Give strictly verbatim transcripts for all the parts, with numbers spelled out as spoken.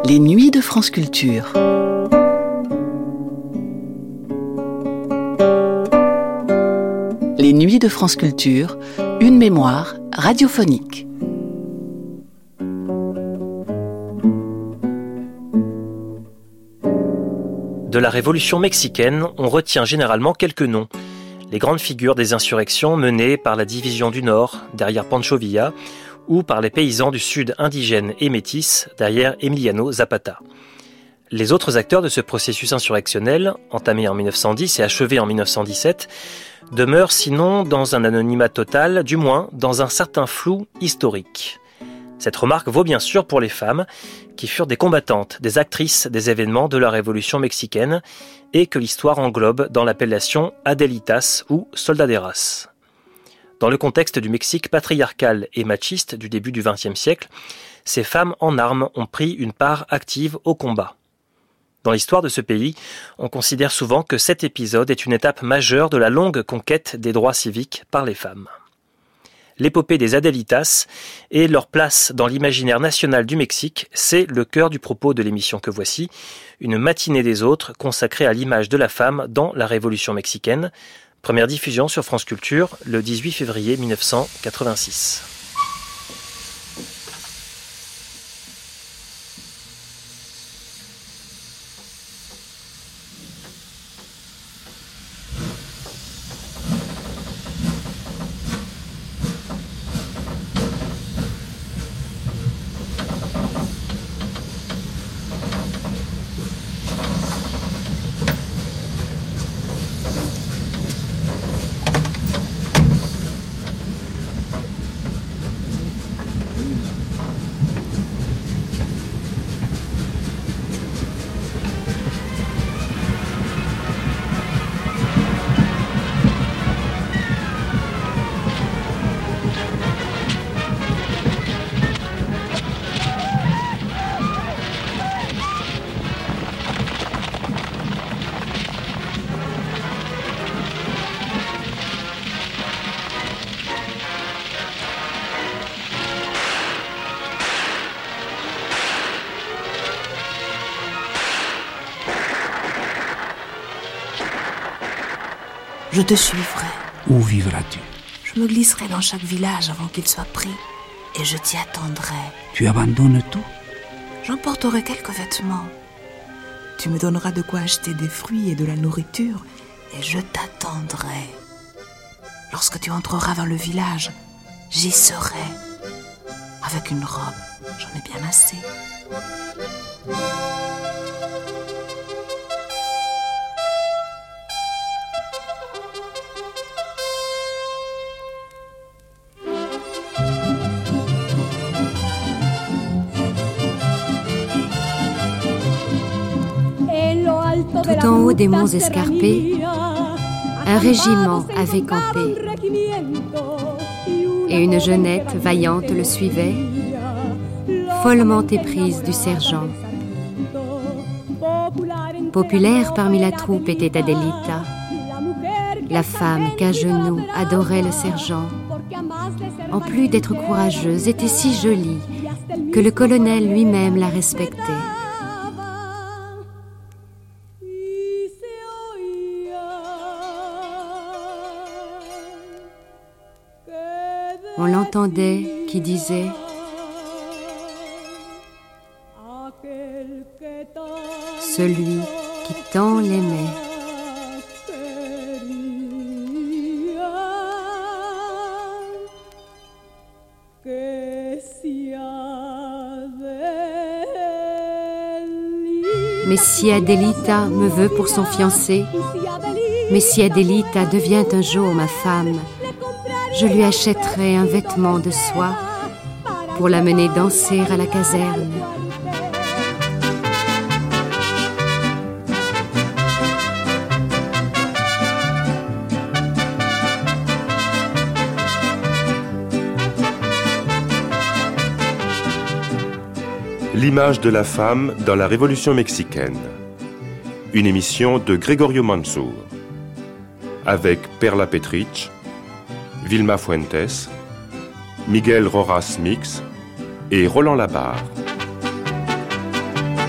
Les nuits de France Culture. Les nuits de France Culture, une mémoire radiophonique. De la Révolution mexicaine, on retient généralement quelques noms. Les grandes figures des insurrections menées par la division du Nord, derrière Pancho Villa, ou par les paysans du Sud indigènes et métis, derrière Emiliano Zapata. Les autres acteurs de ce processus insurrectionnel, entamé en mille neuf cent dix et achevé en mille neuf cent dix-sept, demeurent sinon dans un anonymat total, du moins dans un certain flou historique. Cette remarque vaut bien sûr pour les femmes, qui furent des combattantes, des actrices des événements de la Révolution mexicaine, et que l'histoire englobe dans l'appellation Adelitas ou Soldaderas. Dans le contexte du Mexique patriarcal et machiste du début du vingtième siècle, ces femmes en armes ont pris une part active au combat. Dans l'histoire de ce pays, on considère souvent que cet épisode est une étape majeure de la longue conquête des droits civiques par les femmes. L'épopée des Adelitas et leur place dans l'imaginaire national du Mexique, c'est le cœur du propos de l'émission que voici, une matinée des autres consacrée à l'image de la femme dans la Révolution mexicaine. Première diffusion sur France Culture le dix-huit février mille neuf cent quatre-vingt-six. Je te suivrai. Où vivras-tu? Je me glisserai dans chaque village avant qu'il soit pris, et je t'y attendrai. Tu abandonnes tout? J'emporterai quelques vêtements. Tu me donneras de quoi acheter des fruits et de la nourriture, et je t'attendrai. Lorsque tu entreras dans le village, j'y serai. Avec une robe, j'en ai bien assez. Tout en haut des monts escarpés, un régiment avait campé, et une jeunette vaillante le suivait, follement éprise du sergent. Populaire parmi la troupe était Adelita, la femme qu'à genoux adorait le sergent. En plus d'être courageuse, était si jolie que le colonel lui-même la respectait. On l'entendait qui disait « Celui qui tant l'aimait ». Mais si Adelita me veut pour son fiancé, mais si Adelita devient un jour ma femme, je lui achèterai un vêtement de soie pour la mener danser à la caserne. L'image de la femme dans la Révolution mexicaine. Une émission de Gregorio Mansour. Avec Perla Petrich, Vilma Fuentes, Miguel Rojas Mix et Roland Labarre.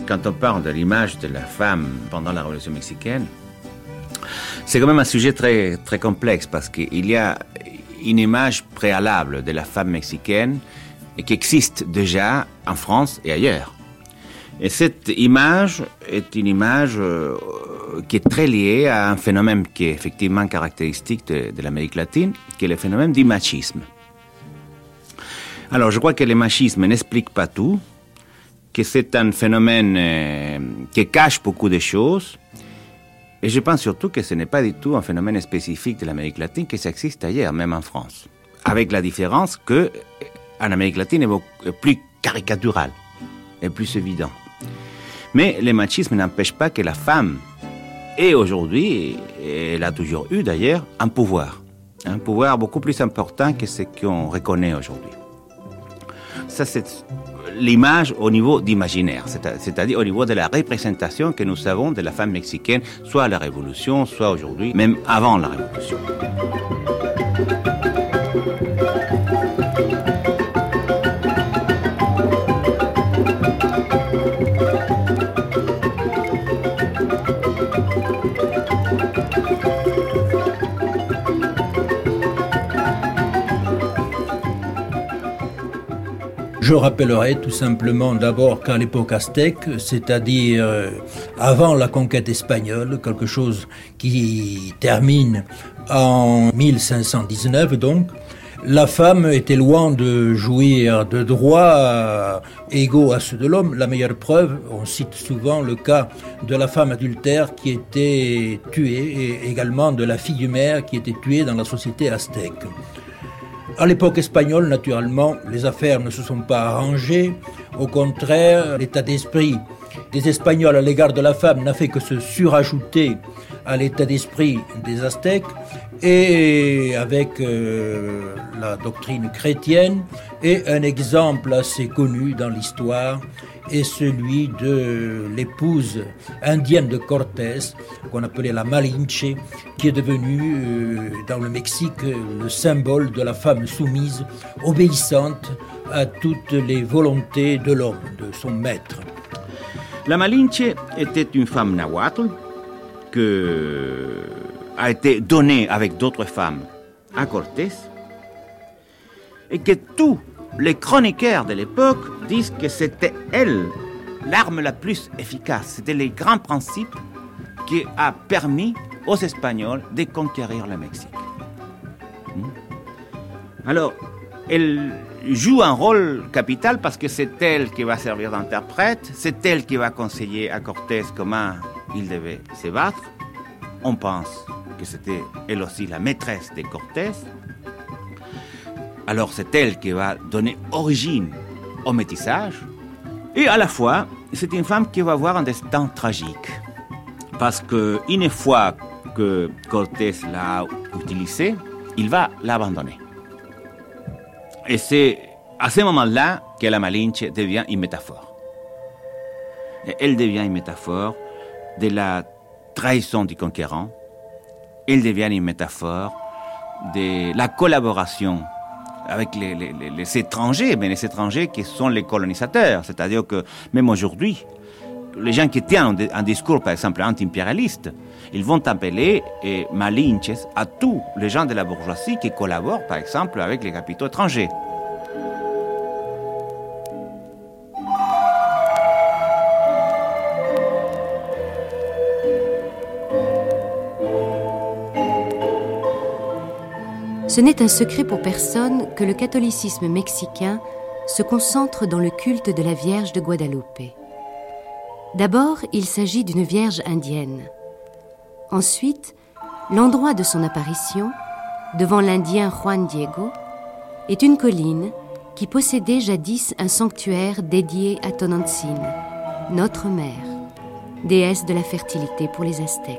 quand on parle de l'image de la femme pendant la Révolution mexicaine, c'est quand même un sujet très, très complexe parce qu'il y a une image préalable de la femme mexicaine qui existe déjà en France et ailleurs. Et cette image est une image euh, qui est très liée à un phénomène qui est effectivement caractéristique de, de l'Amérique latine, qui est le phénomène du machisme. Alors, je crois que le machisme n'explique pas tout, que c'est un phénomène euh, qui cache beaucoup de choses, et je pense surtout que ce n'est pas du tout un phénomène spécifique de l'Amérique latine, que ça existe ailleurs, même en France. Avec la différence que, en Amérique latine, est beaucoup plus caricatural, est plus évident. Mais le machisme n'empêche pas que la femme ait aujourd'hui, et elle a toujours eu d'ailleurs, un pouvoir. Un pouvoir beaucoup plus important que ce qu'on reconnaît aujourd'hui. Ça, c'est l'image au niveau d'imaginaire, c'est-à-dire au niveau de la représentation que nous avons de la femme mexicaine, soit à la Révolution, soit aujourd'hui, même avant la Révolution. Je rappellerai tout simplement d'abord qu'à l'époque aztèque, c'est-à-dire euh, avant la conquête espagnole, quelque chose qui termine en mille cinq cent dix-neuf donc, la femme était loin de jouir de droits égaux à ceux de l'homme. La meilleure preuve, on cite souvent le cas de la femme adultère qui était tuée et également de la fille du maire qui était tuée dans la société aztèque. À l'époque espagnole, naturellement, les affaires ne se sont pas arrangées. Au contraire, l'état d'esprit des Espagnols à l'égard de la femme n'a fait que se surajouter à l'état d'esprit des Aztèques. Et avec euh, la doctrine chrétienne, et un exemple assez connu dans l'histoire est celui de l'épouse indienne de Cortés, qu'on appelait la Malinche, qui est devenue euh, dans le Mexique le symbole de la femme soumise, obéissante à toutes les volontés de l'homme, de son maître. La Malinche était une femme nahuatl que a été donnée avec d'autres femmes à Cortés, et que tous les chroniqueurs de l'époque disent que c'était elle l'arme la plus efficace. C'était les grands principes qui a permis aux Espagnols de conquérir le Mexique. Alors, elle joue un rôle capital parce que c'est elle qui va servir d'interprète, c'est elle qui va conseiller à Cortés comment il devait se battre. On pense que c'était elle aussi la maîtresse de Cortés. Alors c'est elle qui va donner origine au métissage. Et à la fois, c'est une femme qui va avoir un destin tragique. Parce qu'une fois que Cortés l'a utilisée, il va l'abandonner. Et c'est à ce moment-là que la Malinche devient une métaphore. Et elle devient une métaphore de la trahison du conquérant. Elle devient une métaphore de la collaboration avec les, les, les étrangers, mais les étrangers qui sont les colonisateurs. C'est-à-dire que même aujourd'hui, les gens qui tiennent un discours, par exemple, anti-impérialiste, ils vont appeler eh, Malinches à tous les gens de la bourgeoisie qui collaborent, par exemple, avec les capitaux étrangers. Ce n'est un secret pour personne que le catholicisme mexicain se concentre dans le culte de la Vierge de Guadalupe. D'abord, il s'agit d'une Vierge indienne. Ensuite, l'endroit de son apparition, devant l'Indien Juan Diego, est une colline qui possédait jadis un sanctuaire dédié à Tonantzin, notre mère, déesse de la fertilité pour les Aztèques.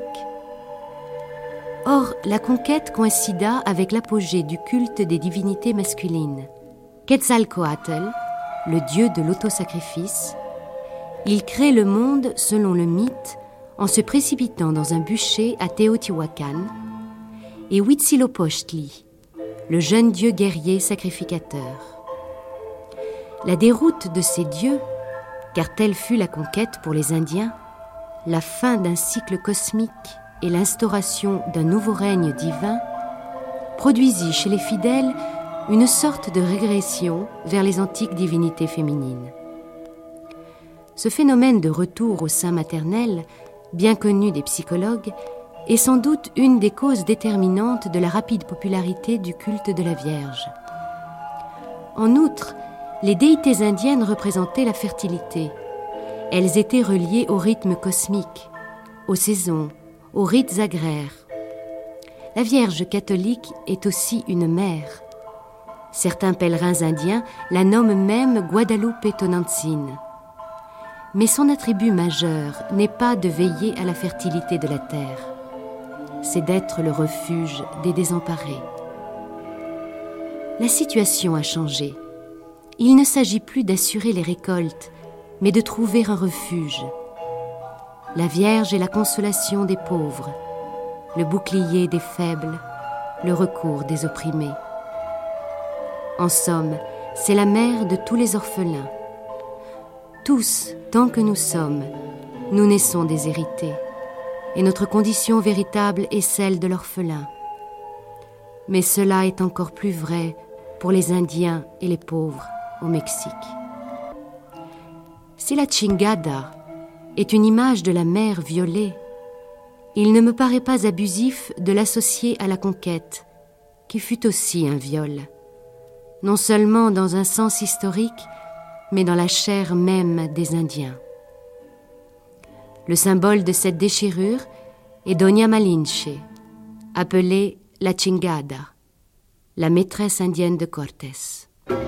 Or, la conquête coïncida avec l'apogée du culte des divinités masculines. Quetzalcoatl, le dieu de l'autosacrifice, il crée le monde selon le mythe en se précipitant dans un bûcher à Teotihuacan, et Huitzilopochtli, le jeune dieu guerrier sacrificateur. La déroute de ces dieux, car telle fut la conquête pour les Indiens, la fin d'un cycle cosmique et l'instauration d'un nouveau règne divin produisit chez les fidèles une sorte de régression vers les antiques divinités féminines. Ce phénomène de retour au sein maternel, bien connu des psychologues, est sans doute une des causes déterminantes de la rapide popularité du culte de la Vierge. En outre, les déités indiennes représentaient la fertilité. Elles étaient reliées au rythme cosmique, aux saisons, aux rites agraires. La Vierge catholique est aussi une mère. Certains pèlerins indiens la nomment même Guadalupe Tonantzin. Mais son attribut majeur n'est pas de veiller à la fertilité de la terre. C'est d'être le refuge des désemparés. La situation a changé. Il ne s'agit plus d'assurer les récoltes, mais de trouver un refuge. La Vierge est la consolation des pauvres, le bouclier des faibles, le recours des opprimés. En somme, c'est la mère de tous les orphelins. Tous, tant que nous sommes, nous naissons déshérités, et notre condition véritable est celle de l'orphelin. Mais cela est encore plus vrai pour les Indiens et les pauvres au Mexique. Si la chingada est une image de la mère violée, il ne me paraît pas abusif de l'associer à la conquête, qui fut aussi un viol, non seulement dans un sens historique, mais dans la chair même des Indiens. Le symbole de cette déchirure est Doña Malinche, appelée la chingada, la maîtresse indienne de Cortés.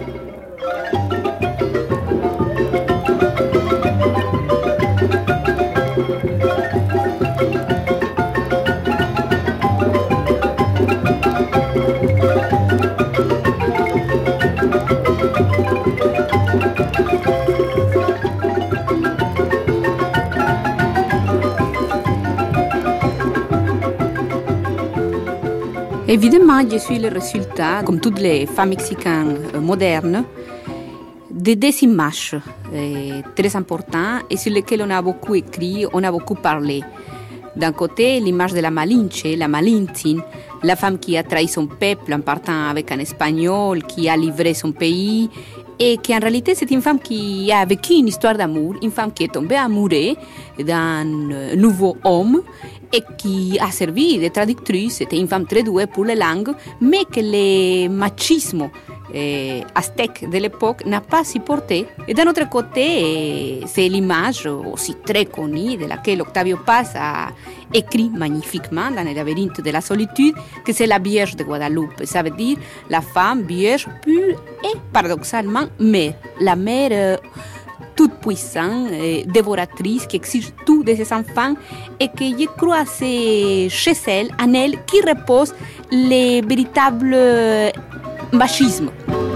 Évidemment, je suis le résultat, comme toutes les femmes mexicaines modernes, de des images euh, très importantes et sur lesquelles on a beaucoup écrit, on a beaucoup parlé. D'un côté, l'image de la Malinche, la Malintzin, la femme qui a trahi son peuple en partant avec un Espagnol, qui a livré son pays, et qui en réalité c'est une femme qui a vécu une histoire d'amour, une femme qui est tombée amoureuse d'un nouveau homme et qui a servi de traductrice. C'était une femme très douée pour les langues, mais que le machisme eh, aztèque de l'époque n'a pas supporté. Et d'un autre côté, eh, c'est l'image aussi très connue de laquelle Octavio Paz a écrit magnifiquement dans le labyrinthe de la solitude, que c'est la Vierge de Guadalupe. Ça veut dire la femme vierge pure et paradoxalement mère. La mère euh, toute puissante, euh, dévoratrice, qui exige tout de ses enfants et que je crois c'est chez elle, en elle, qui repose le véritable machisme.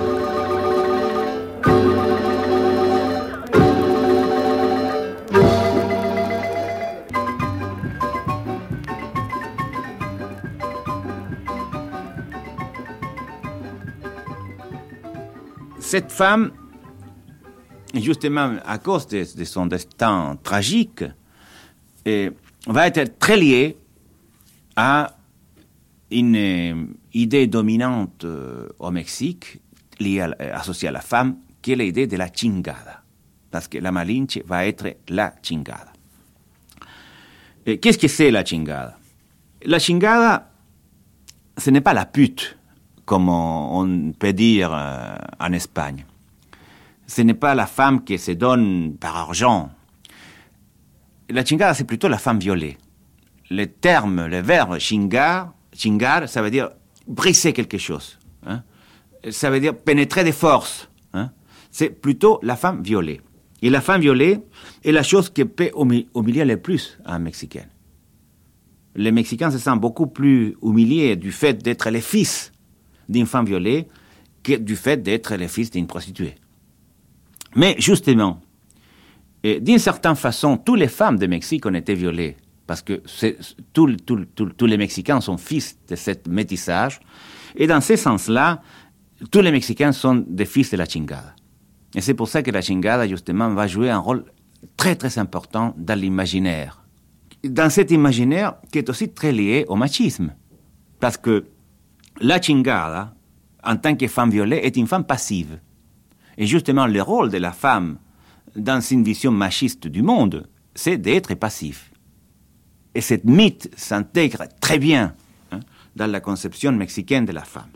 Cette femme, justement à cause de, de son destin tragique, eh, va être très liée à une euh, idée dominante euh, au Mexique, liée à, associée à la femme, qui est l'idée de la chingada. Parce que la Malinche va être la chingada. Et qu'est-ce que c'est la chingada? La chingada, ce n'est pas la pute, comme on, on peut dire euh, en Espagne. Ce n'est pas la femme qui se donne par argent. La chingada, c'est plutôt la femme violée. Le terme, le verbe chingar, chingar, ça veut dire briser quelque chose. Hein? Ça veut dire pénétrer de force. Hein? C'est plutôt la femme violée. Et la femme violée est la chose qui peut humilier le plus un Mexicain. Les Mexicains se sentent beaucoup plus humiliés du fait d'être les fils d'une femme violée que du fait d'être le fils d'une prostituée. Mais justement, et d'une certaine façon, toutes les femmes de Mexique ont été violées, parce que tous tout, tout, tout les Mexicains sont fils de ce métissage, et dans ce sens-là, tous les Mexicains sont des fils de la chingada. Et c'est pour ça que la chingada, justement, va jouer un rôle très, très important dans l'imaginaire. Dans cet imaginaire qui est aussi très lié au machisme. Parce que la chingada, en tant que femme violée, est une femme passive. Et justement, le rôle de la femme dans une vision machiste du monde, c'est d'être passif. Et cette mythe s'intègre très bien hein, dans la conception mexicaine de la femme.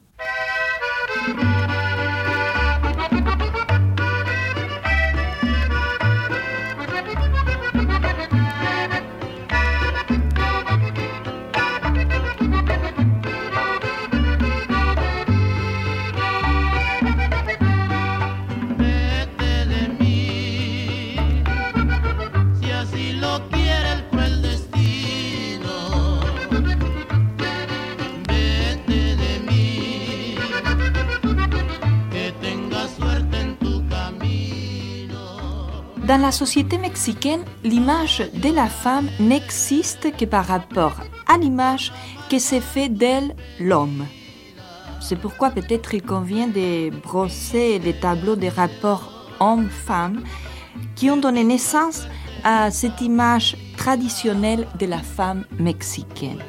Dans la société mexicaine, l'image de la femme n'existe que par rapport à l'image que s'est fait d'elle l'homme. C'est pourquoi peut-être il convient de brosser les tableaux des rapports hommes-femmes qui ont donné naissance à cette image traditionnelle de la femme mexicaine.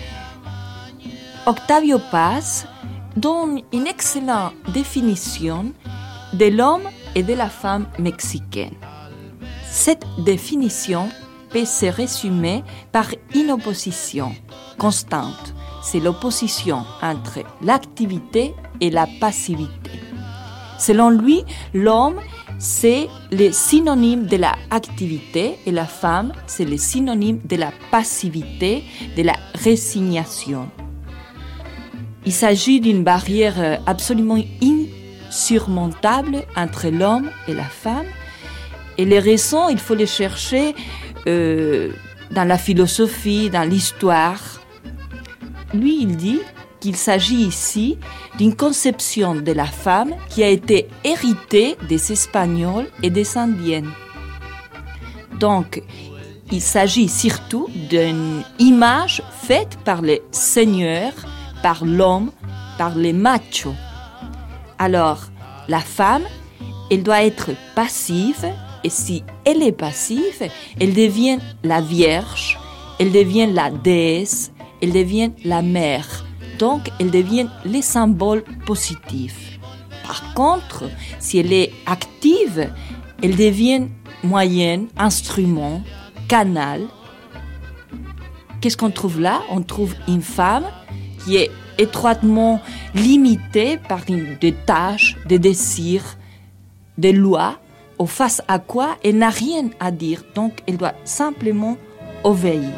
Octavio Paz donne une excellente définition de l'homme et de la femme mexicaine. Cette définition peut se résumer par une opposition constante. C'est l'opposition entre l'activité et la passivité. Selon lui, l'homme, c'est le synonyme de l'activité et la femme, c'est le synonyme de la passivité, de la résignation. Il s'agit d'une barrière absolument insurmontable entre l'homme et la femme. Et les raisons, il faut les chercher euh, dans la philosophie, dans l'histoire. Lui, il dit qu'il s'agit ici d'une conception de la femme qui a été héritée des Espagnols et des Indiennes. Donc, il s'agit surtout d'une image faite par les seigneurs, par l'homme, par les machos. Alors, la femme, elle doit être passive. Et si elle est passive, elle devient la Vierge, elle devient la déesse, elle devient la mère. Donc, elle devient les symboles positifs. Par contre, si elle est active, elle devient moyenne, instrument, canal. Qu'est-ce qu'on trouve là? On trouve une femme qui est étroitement limitée par des tâches, des désirs, des lois, au face à quoi elle n'a rien à dire, donc elle doit simplement obéir.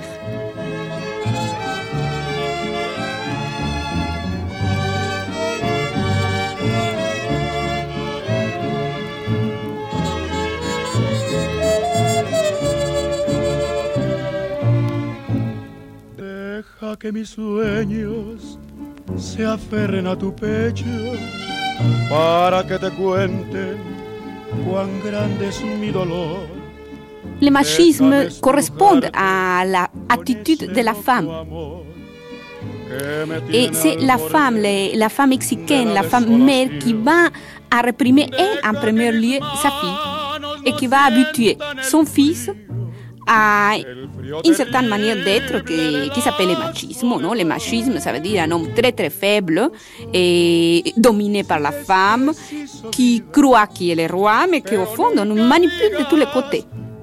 Deja que mis sueños se aferren a tu pecho para que te cuenten cuán grande es mi dolor. Le machisme correspond à l'attitude de la femme. Et c'est la femme, la femme mexicaine, la femme mère qui va à réprimer elle, en premier lieu sa fille et qui va habituer son fils à une certaine manière d'être qui, qui s'appelle le machisme. Non? Le machisme, ça veut dire un homme très très faible et dominé par la femme qui croit qu'il est roi mais qui au fond nous manipule de tous les côtés.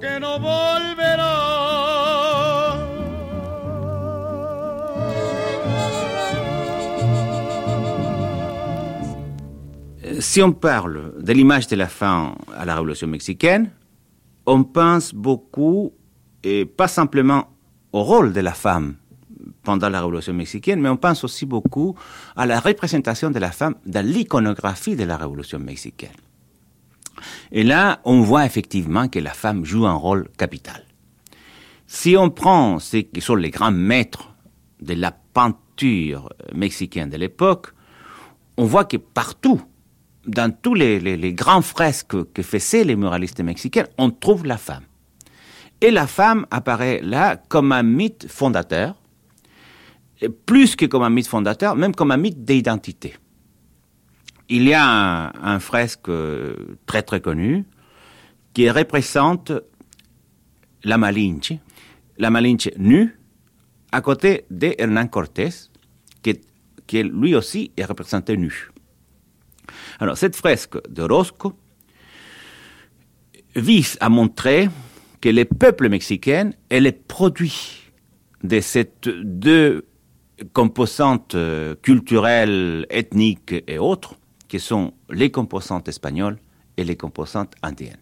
Si on parle de l'image de la femme à la Révolution mexicaine, on pense beaucoup et pas simplement au rôle de la femme pendant la Révolution mexicaine, mais on pense aussi beaucoup à la représentation de la femme dans l'iconographie de la Révolution mexicaine. Et là, on voit effectivement que la femme joue un rôle capital. Si on prend ce qui sont les grands maîtres de la peinture mexicaine de l'époque, on voit que partout, dans tous les, les, les grands fresques que faisaient les muralistes mexicains, on trouve la femme. Et la femme apparaît là comme un mythe fondateur, plus que comme un mythe fondateur, même comme un mythe d'identité. il y a un, un fresque très très connu qui représente la Malinche, la Malinche nue, à côté de Hernán Cortés, qui, qui lui aussi est représenté nu. Alors, cette fresque de Orozco vise à montrer que le peuple mexicain est le produit de ces deux composantes culturelles, ethniques et autres, qui sont les composantes espagnoles et les composantes indiennes.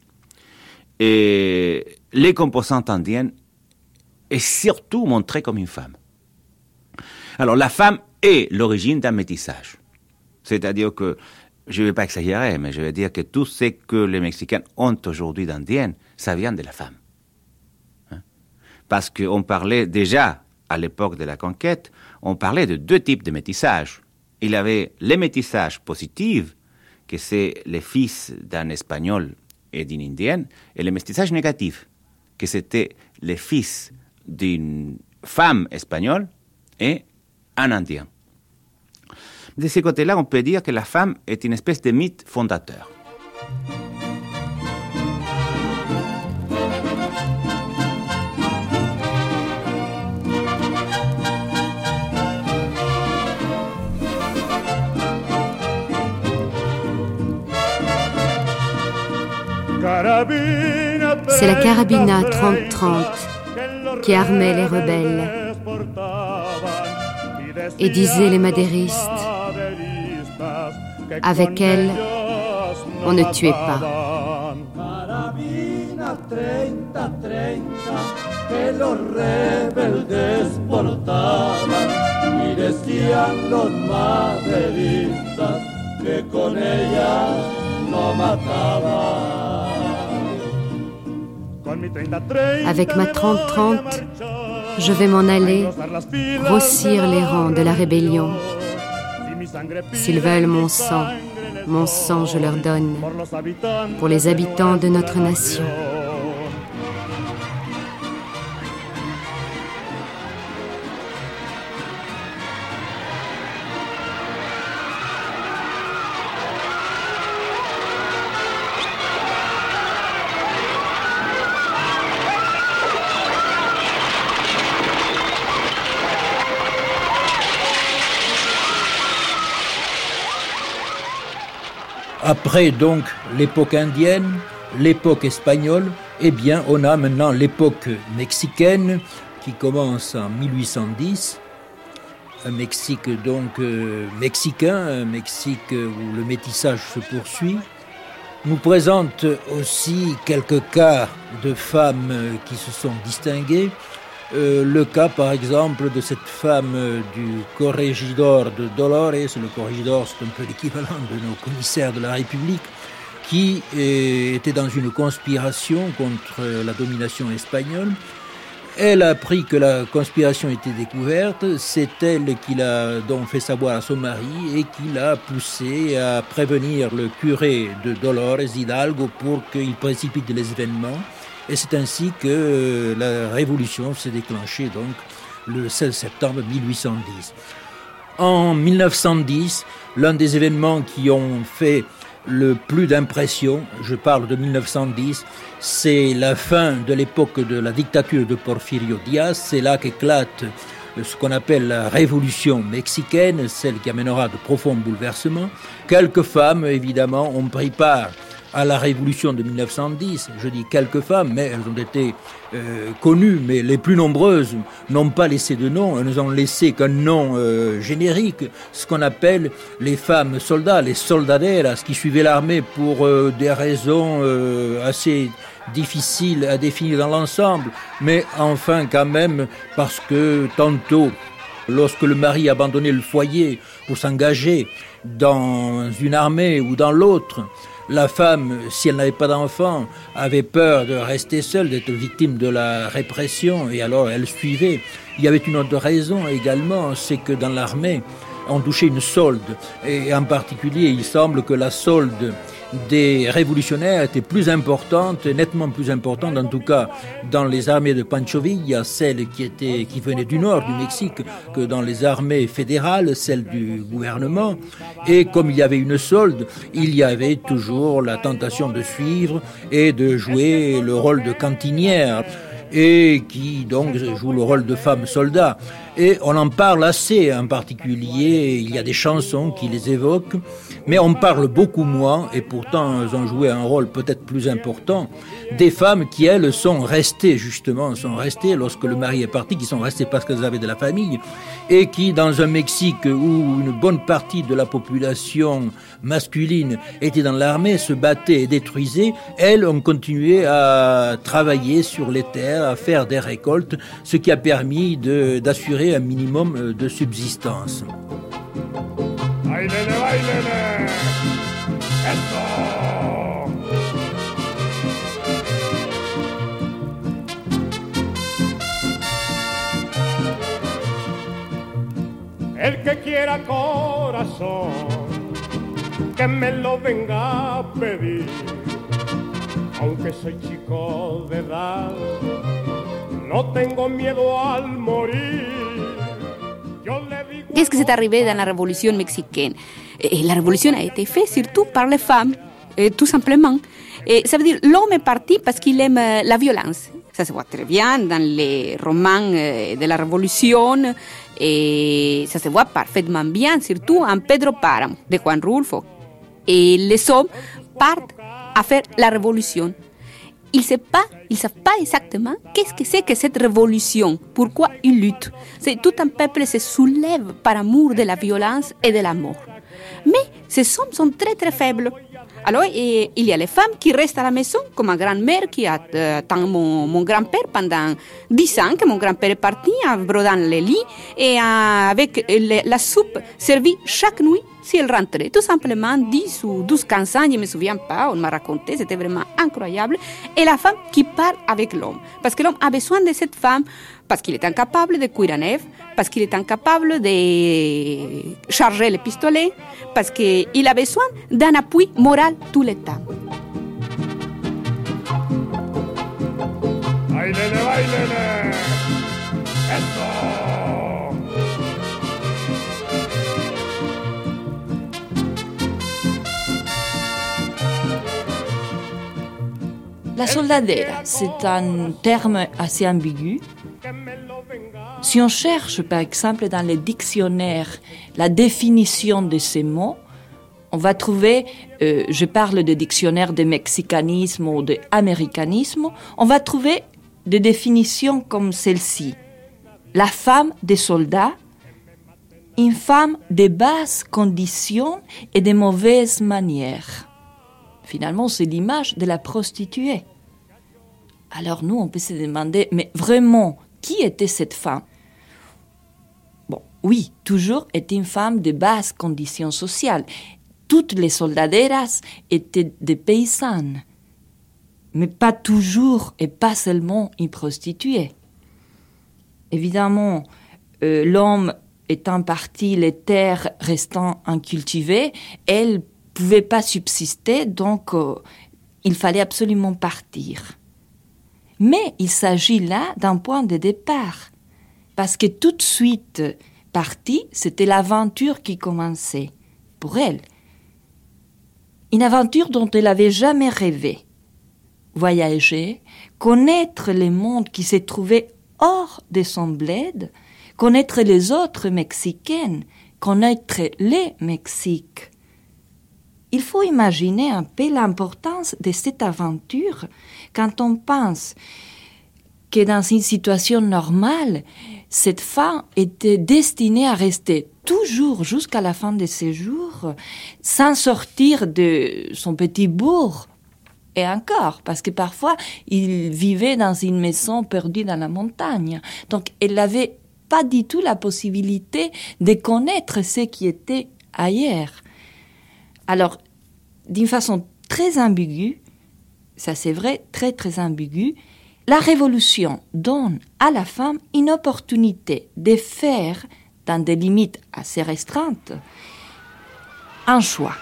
Et les composantes indiennes est surtout montrée comme une femme. Alors, la femme est l'origine d'un métissage. C'est-à-dire que, je ne vais pas exagérer, mais je vais dire que tout ce que les Mexicains ont aujourd'hui d'indienne, ça vient de la femme. Hein? Parce qu'on parlait déjà, à l'époque de la conquête, on parlait de deux types de métissage. Il y avait les métissages positifs, que c'est les fils d'un Espagnol et d'une Indienne, et les métissages négatifs, que c'était les fils d'une femme espagnole et un Indien. De ce côté-là, on peut dire que la femme est une espèce de mythe fondateur. C'est la carabina trente trente qui armait les rebelles et disait les madéristes, avec elle, on ne tuait pas. Carabina treinta treinta que los rebeldes portaban y decían los maderistas que con ella no mataban. Avec ma trente trente, je vais m'en aller grossir les rangs de la rébellion. S'ils veulent mon sang, mon sang je leur donne, pour les habitants de notre nation. Après donc l'époque indienne, l'époque espagnole, eh bien on a maintenant l'époque mexicaine qui commence en mille huit cent dix. Un Mexique donc euh, mexicain, un Mexique où le métissage se poursuit. Nous présente aussi quelques cas de femmes qui se sont distinguées. Euh, le cas, par exemple, de cette femme euh, du corregidor de Dolores. Le corregidor, c'est un peu l'équivalent de nos commissaires de la République, qui euh, était dans une conspiration contre euh, la domination espagnole. Elle a appris que la conspiration était découverte. C'est elle qui l'a donc fait savoir à son mari et qui l'a poussé à prévenir le curé de Dolores, Hidalgo, pour qu'il précipite les événements. Et c'est ainsi que la révolution s'est déclenchée donc le seize septembre mille huit cent dix. En mille neuf cent dix, l'un des événements qui ont fait le plus d'impression, je parle de mille neuf cent dix, c'est la fin de l'époque de la dictature de Porfirio Díaz. C'est là qu'éclate ce qu'on appelle la révolution mexicaine, celle qui amènera de profonds bouleversements. Quelques femmes, évidemment, ont pris part à la révolution de mille neuf cent dix. Je dis quelques femmes, mais elles ont été euh, connues, mais les plus nombreuses n'ont pas laissé de nom, elles n'ont laissé qu'un nom euh, générique, ce qu'on appelle les femmes soldats, les soldaderas, qui suivaient l'armée pour euh, des raisons euh, assez difficiles à définir dans l'ensemble, mais enfin quand même parce que tantôt, lorsque le mari abandonnait le foyer pour s'engager dans une armée ou dans l'autre, la femme, si elle n'avait pas d'enfant, avait peur de rester seule, d'être victime de la répression, et alors elle suivait. Il y avait une autre raison également, c'est que dans l'armée, ont touché une solde. Et en particulier, il semble que la solde des révolutionnaires était plus importante, nettement plus importante, en tout cas dans les armées de Pancho Villa, celles qui étaient, qui venaient du nord du Mexique, que dans les armées fédérales, celles du gouvernement. Et comme il y avait une solde, il y avait toujours la tentation de suivre et de jouer le rôle de cantinière, et qui donc joue le rôle de femme soldat. Et on en parle assez, en particulier, il y a des chansons qui les évoquent, mais on parle beaucoup moins, et pourtant elles ont joué un rôle peut-être plus important, des femmes qui, elles, sont restées, justement, sont restées lorsque le mari est parti, qui sont restées parce qu'elles avaient de la famille, et qui, dans un Mexique où une bonne partie de la population masculine était dans l'armée, se battait et détruisait, elles ont continué à travailler sur les terres, à faire des récoltes, ce qui a permis de, d'assurer un minimum de subsistance. ¡Báilele, báilele! ¡Eso! El que quiera corazón, que me lo venga a pedir, aunque soy chico de edad, no tengo miedo al morir. Qu'est-ce qui s'est arrivé dans la révolution mexicaine? Et la révolution a été faite surtout par les femmes, et tout simplement. Et ça veut dire l'homme est parti parce qu'il aime la violence. Ça se voit très bien dans les romans de la révolution, et ça se voit parfaitement bien, surtout en Pedro Páramo de Juan Rulfo. Et les hommes partent à faire la révolution. Ils ne savent pas, ils savent pas exactement qu'est-ce que c'est que cette révolution, pourquoi ils luttent. C'est tout un peuple se soulève par amour de la violence et de la mort. Mais ces hommes sont très très faibles. Alors et, il y a les femmes qui restent à la maison, comme ma grand-mère qui attend mon, mon grand-père pendant dix ans, que mon grand-père est parti en brodant les lits et euh, avec le, la soupe servie chaque nuit si elle rentrait. Tout simplement dix ou douze, quinze ans, je ne me souviens pas, on m'a raconté, c'était vraiment incroyable. Et la femme qui parle avec l'homme, parce que l'homme a besoin de cette femme, parce qu'il est incapable de cuire un œuf, parce qu'il est incapable de charger le pistolet, parce qu'il a besoin d'un appui moral tout le temps. ¡Báilele, báilele! ¡Eso! La soldadera, c'est un terme assez ambigu. Si on cherche, par exemple, dans les dictionnaires, la définition de ces mots, on va trouver, euh, je parle de dictionnaire de mexicanisme ou d'américanisme, on va trouver des définitions comme celle-ci. La femme des soldats, une femme de basses conditions et de mauvaises manières. Finalement, c'est l'image de la prostituée. Alors nous, on peut se demander, mais vraiment, qui était cette femme? Bon, oui, toujours était une femme de basses conditions sociales. Toutes les soldaderas étaient des paysannes, mais pas toujours et pas seulement une prostituée. Évidemment, euh, l'homme étant parti, les terres restant incultivées, elle pouvait pas subsister, donc euh, il fallait absolument partir. Mais il s'agit là d'un point de départ, parce que tout de suite partie, c'était l'aventure qui commençait pour elle. Une aventure dont elle n'avait jamais rêvé. Voyager, connaître le monde qui se trouvait hors de son bled, connaître les autres Mexicaines, connaître les Mexiques. Il faut imaginer un peu l'importance de cette aventure quand on pense que dans une situation normale, cette femme était destinée à rester toujours jusqu'à la fin de ses jours sans sortir de son petit bourg. Et encore, parce que parfois, il vivait dans une maison perdue dans la montagne. Donc, elle n'avait pas du tout la possibilité de connaître ce qui était ailleurs. Alors, d'une façon très ambiguë, ça c'est vrai, très très ambiguë, la révolution donne à la femme une opportunité de faire dans des limites assez restreintes, un choix.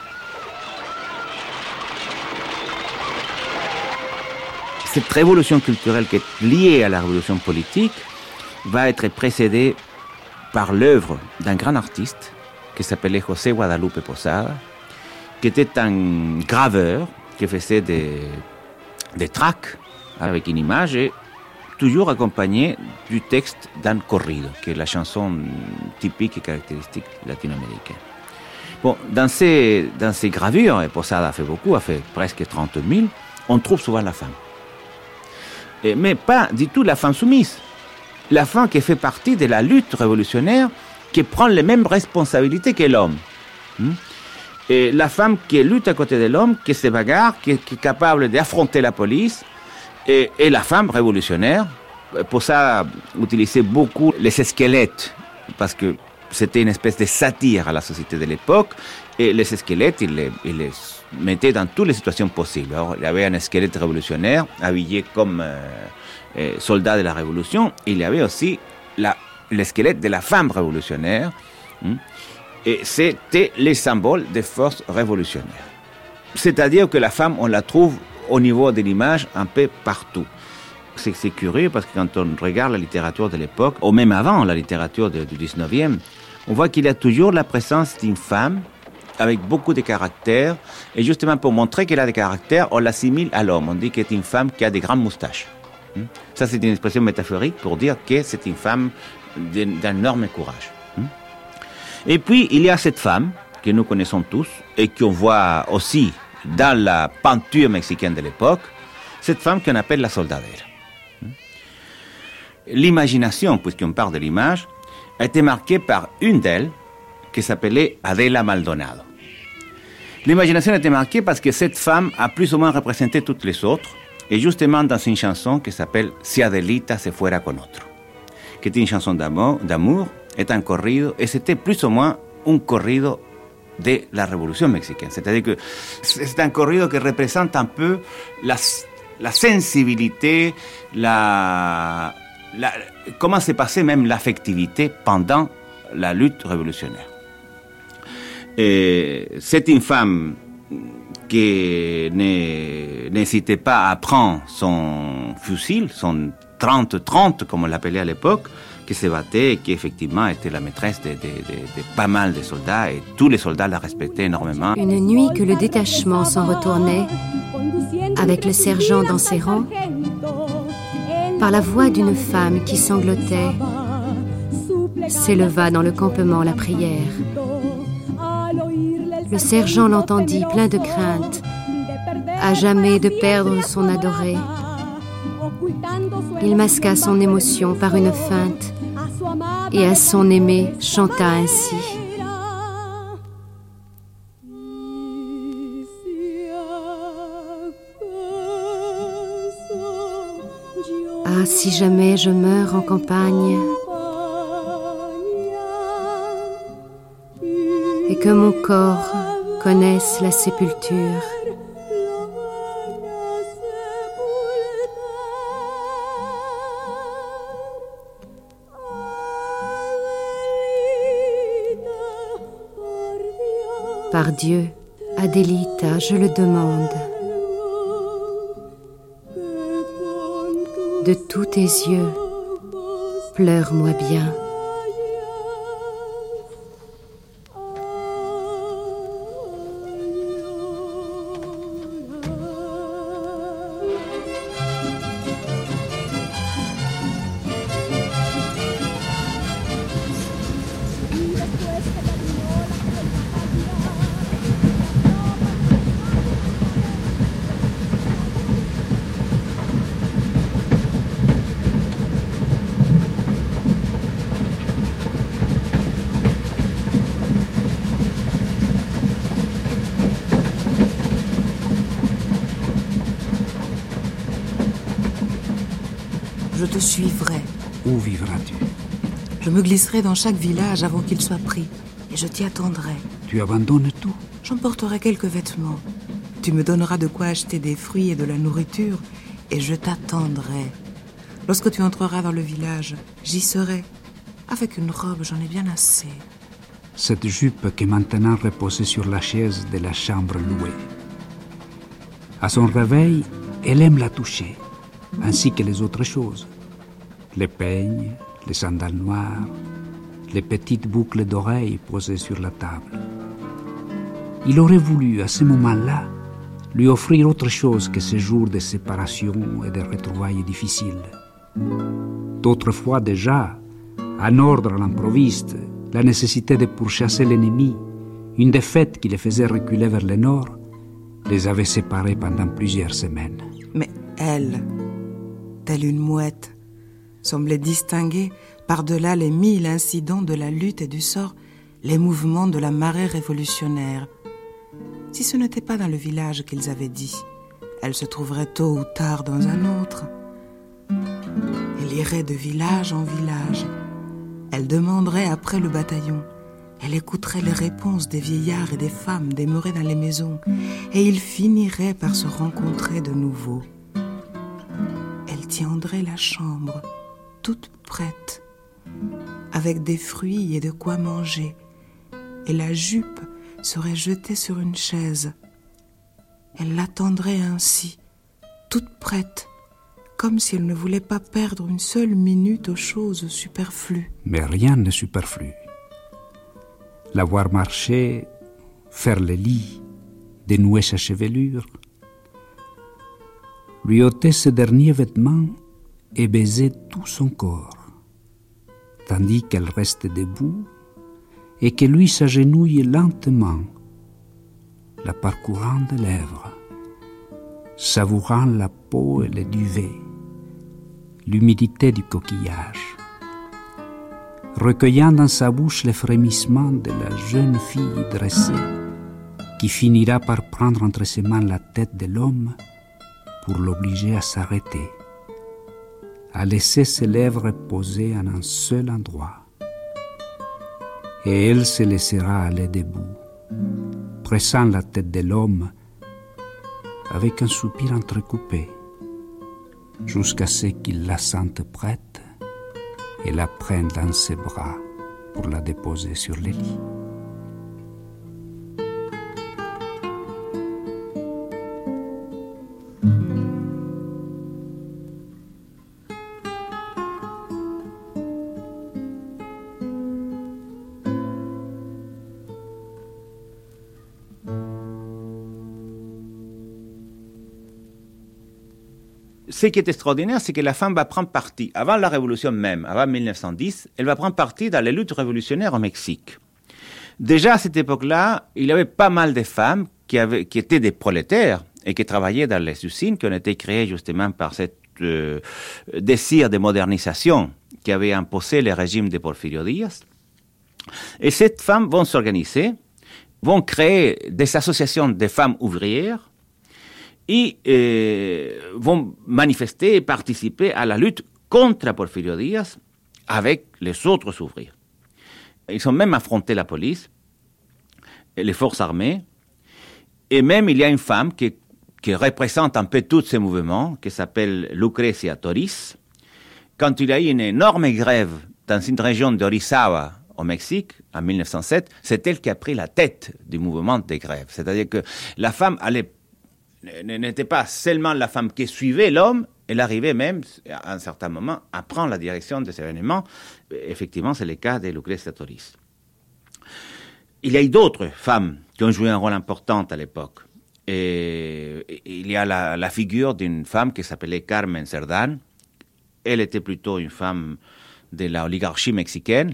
Cette révolution culturelle qui est liée à la révolution politique va être précédée par l'œuvre d'un grand artiste qui s'appelait José Guadalupe Posada, qui était un graveur qui faisait des, des tracts avec une image et toujours accompagné du texte d'un corrido, qui est la chanson typique et caractéristique latino-américaine. Bon, dans ces, dans ces gravures, et Posada a fait beaucoup, a fait presque trente mille, on trouve souvent la femme. Et, mais pas du tout la femme soumise. La femme qui fait partie de la lutte révolutionnaire, qui prend les mêmes responsabilités que l'homme. Et la femme qui lutte à côté de l'homme, qui se bagarre, qui, qui est capable d'affronter la police, et, et la femme révolutionnaire. Pour ça, utilisait beaucoup les squelettes, parce que c'était une espèce de satire à la société de l'époque, et les squelettes, il les, il les mettait dans toutes les situations possibles. Alors, il y avait un squelette révolutionnaire, habillé comme euh, euh, soldat de la Révolution, il y avait aussi la, le squelette de la femme révolutionnaire, hein, et c'était les symboles des forces révolutionnaires. C'est-à-dire que la femme, on la trouve au niveau de l'image un peu partout. C'est, c'est curieux parce que quand on regarde la littérature de l'époque, ou même avant la littérature de, du dix-neuvième, on voit qu'il y a toujours la présence d'une femme avec beaucoup de caractère. Et justement, pour montrer qu'elle a des caractères, on l'assimile à l'homme. On dit qu'elle est une femme qui a des grandes moustaches. Ça, c'est une expression métaphorique pour dire que c'est une femme d'un énorme courage. Et puis, il y a cette femme que nous connaissons tous et qu'on voit aussi dans la peinture mexicaine de l'époque, cette femme qu'on appelle la soldadera. L'imagination, puisqu'on parle de l'image, a été marquée par une d'elles qui s'appelait Adela Maldonado. L'imagination a été marquée parce que cette femme a plus ou moins représenté toutes les autres, et justement dans une chanson qui s'appelle Si Adelita se fuera con otro, qui était une chanson d'amour, d'amour, est un corrido, et c'était plus ou moins un corrido de la révolution mexicaine. C'est-à-dire que c'est un corrido qui représente un peu la, la sensibilité, la, la, comment s'est passée même l'affectivité pendant la lutte révolutionnaire. Et c'est une femme qui ne, n'hésitait pas à prendre son fusil, son trente trente, comme on l'appelait à l'époque, qui se battait et qui effectivement était la maîtresse de, de, de, de pas mal de soldats, et tous les soldats la respectaient énormément. Une nuit que le détachement s'en retournait, avec le sergent dans ses rangs, par la voix d'une femme qui sanglotait, s'éleva dans le campement la prière. Le sergent l'entendit plein de crainte, à jamais de perdre son adoré. Il masqua son émotion par une feinte et à son aimé chanta ainsi. Ah, si jamais je meurs en campagne et que mon corps connaisse la sépulture, par Dieu, Adelita, je le demande, de tous tes yeux, pleure-moi bien. Je te suivrai. Où vivras-tu? Je me glisserai dans chaque village avant qu'il soit pris, et je t'y attendrai. Tu abandonnes tout? J'emporterai quelques vêtements. Tu me donneras de quoi acheter des fruits et de la nourriture, et je t'attendrai. Lorsque tu entreras dans le village, j'y serai. Avec une robe, j'en ai bien assez. Cette jupe qui maintenant reposait sur la chaise de la chambre louée. À son réveil, elle aime la toucher, ainsi que les autres choses. Les peignes, les sandales noires, les petites boucles d'oreilles posées sur la table. Il aurait voulu, à ce moment-là, lui offrir autre chose que ces jours de séparation et de retrouvailles difficiles. D'autres fois déjà, un ordre à l'improviste, la nécessité de pourchasser l'ennemi, une défaite qui les faisait reculer vers le nord, les avait séparés pendant plusieurs semaines. Mais elle, telle une mouette, semblait distinguer, par-delà les mille incidents de la lutte et du sort, les mouvements de la marée révolutionnaire. Si ce n'était pas dans le village qu'ils avaient dit, elle se trouverait tôt ou tard dans un autre. Elle irait de village en village. Elle demanderait après le bataillon. Elle écouterait les réponses des vieillards et des femmes demeurés dans les maisons. Et ils finiraient par se rencontrer de nouveau. Elle tiendrait la chambre, toute prête, avec des fruits et de quoi manger. Et la jupe serait jetée sur une chaise. Elle l'attendrait ainsi, toute prête, comme si elle ne voulait pas perdre une seule minute aux choses superflues. Mais rien n'est superflu. La voir marcher, faire le lit, dénouer sa chevelure, lui ôter ses derniers vêtements et baiser tout son corps, tandis qu'elle reste debout et que lui s'agenouille lentement, la parcourant des lèvres, savourant la peau et le duvet, l'humidité du coquillage, recueillant dans sa bouche les frémissements de la jeune fille dressée qui finira par prendre entre ses mains la tête de l'homme pour l'obliger à s'arrêter, à laisser ses lèvres posées en un seul endroit. Et elle se laissera aller debout, pressant la tête de l'homme avec un soupir entrecoupé, jusqu'à ce qu'il la sente prête et la prenne dans ses bras pour la déposer sur le lit. Ce qui est extraordinaire, c'est que la femme va prendre parti, avant la Révolution même, avant mille neuf cent dix, elle va prendre parti dans les luttes révolutionnaires au Mexique. Déjà à cette époque-là, il y avait pas mal de femmes qui, avaient, qui étaient des prolétaires et qui travaillaient dans les usines qui ont été créées justement par ce euh, désir de modernisation qui avait imposé le régime de Porfirio Díaz. Et ces femmes vont s'organiser, vont créer des associations de femmes ouvrières et euh, vont manifester et participer à la lutte contre Porfirio Díaz avec les autres ouvriers. Ils ont même affronté la police, et les forces armées, et même il y a une femme qui, qui représente un peu tous ces mouvements, qui s'appelle Lucrecia Toris. Quand il y a eu une énorme grève dans une région d'Orizaba, au Mexique, en mille neuf cent sept, c'est elle qui a pris la tête du mouvement de grève. C'est-à-dire que la femme allait n'était pas seulement la femme qui suivait l'homme, elle arrivait même, à un certain moment, à prendre la direction des événements. Effectivement, c'est le cas de Lucrecia Toris. Il y a eu d'autres femmes qui ont joué un rôle important à l'époque. Et il y a la, la figure d'une femme qui s'appelait Carmen Cerdán. Elle était plutôt une femme de l'oligarchie mexicaine.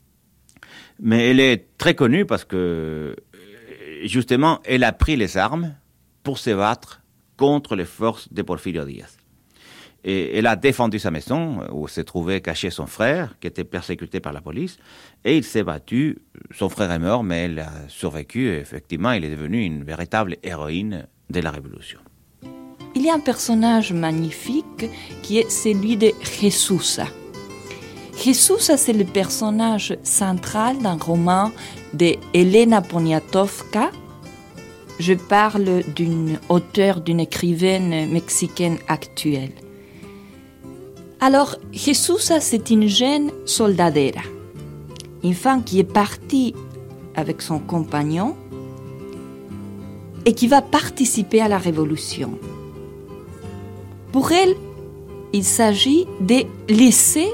Mais elle est très connue parce que, justement, elle a pris les armes pour se battre contre les forces de Porfirio Díaz. Et elle a défendu sa maison, où se trouvait caché son frère, qui était persécuté par la police, et il s'est battu. Son frère est mort, mais elle a survécu, et effectivement, elle est devenue une véritable héroïne de la Révolution. Il y a un personnage magnifique qui est celui de Jesusa. Jesusa, c'est le personnage central d'un roman de Elena Poniatowska. Je parle d'une auteure, d'une écrivaine mexicaine actuelle. Alors, Jesusa, c'est une jeune soldadera. une femme qui est partie avec son compagnon et qui va participer à la révolution. Pour elle, il s'agit de laisser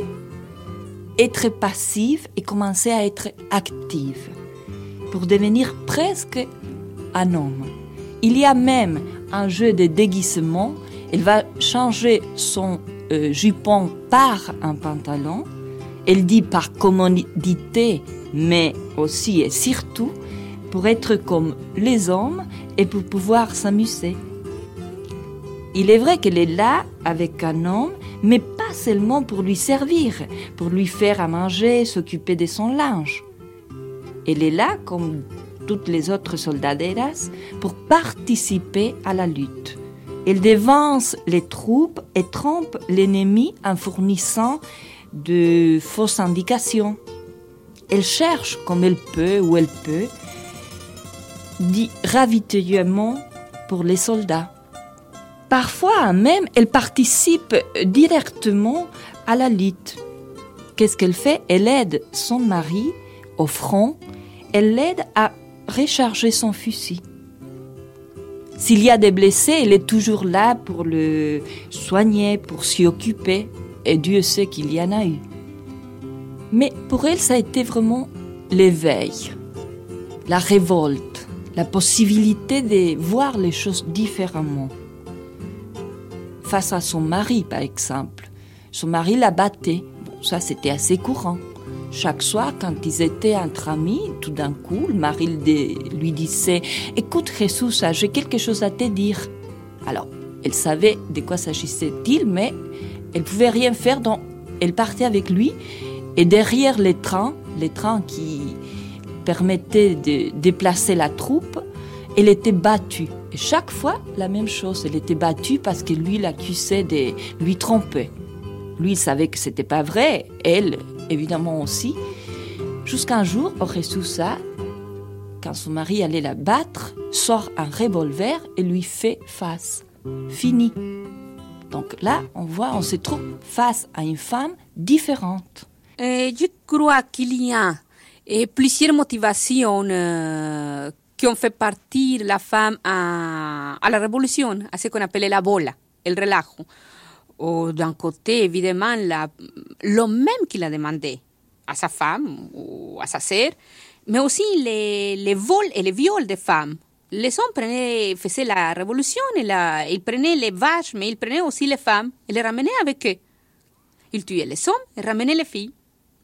d'être passive et commencer à être active pour devenir presque un homme. Il y a même un jeu de déguisement. Elle va changer son euh, jupon par un pantalon. Elle dit par commodité, mais aussi et surtout pour être comme les hommes et pour pouvoir s'amuser. Il est vrai qu'elle est là avec un homme, mais pas seulement pour lui servir, pour lui faire à manger, s'occuper de son linge. Elle est là, comme toutes les autres soldaderas, pour participer à la lutte. Elle devance les troupes et trompe l'ennemi en fournissant de fausses indications. Elle cherche, comme elle peut ou elle peut, du ravitaillement pour les soldats. Parfois même, elle participe directement à la lutte. Qu'est-ce qu'elle fait? Elle aide son mari au front, elle l'aide à recharger son fusil. S'il y a des blessés, elle est toujours là pour le soigner, pour s'y occuper, et Dieu sait qu'il y en a eu. Mais pour elle, ça a été vraiment l'éveil, la révolte, la possibilité de voir les choses différemment. Face à son mari, par exemple, son mari la battait. Bon, ça, c'était assez courant. Chaque soir, quand ils étaient entre amis, tout d'un coup, le mari lui disait « Écoute, Jesus, j'ai quelque chose à te dire. » Alors, elle savait de quoi s'agissait-il, mais elle ne pouvait rien faire, donc elle partait avec lui. Et derrière les trains, les trains qui permettaient de déplacer la troupe, elle était battue. Et chaque fois, la même chose, elle était battue parce que lui l'accusait de lui tromper. Lui, il savait que ce n'était pas vrai, elle, évidemment aussi. Jusqu'un jour, Oresusa, quand son mari allait la battre, sort un revolver et lui fait face. Fini. Donc là, on voit, on se trouve face à une femme différente. Euh, je crois qu'il y a euh, plusieurs motivations euh, qui ont fait partir la femme à, à la révolution, à ce qu'on appelait la bola, el relajo. Ou d'un côté, évidemment, la, l'homme même qui l'a demandé à sa femme ou à sa sœur, mais aussi les, les vols et les viols des femmes. Les hommes prenaient, faisaient la révolution, et la, ils prenaient les vaches, mais ils prenaient aussi les femmes et les ramenaient avec eux. Ils tuaient les hommes et ramenaient les filles.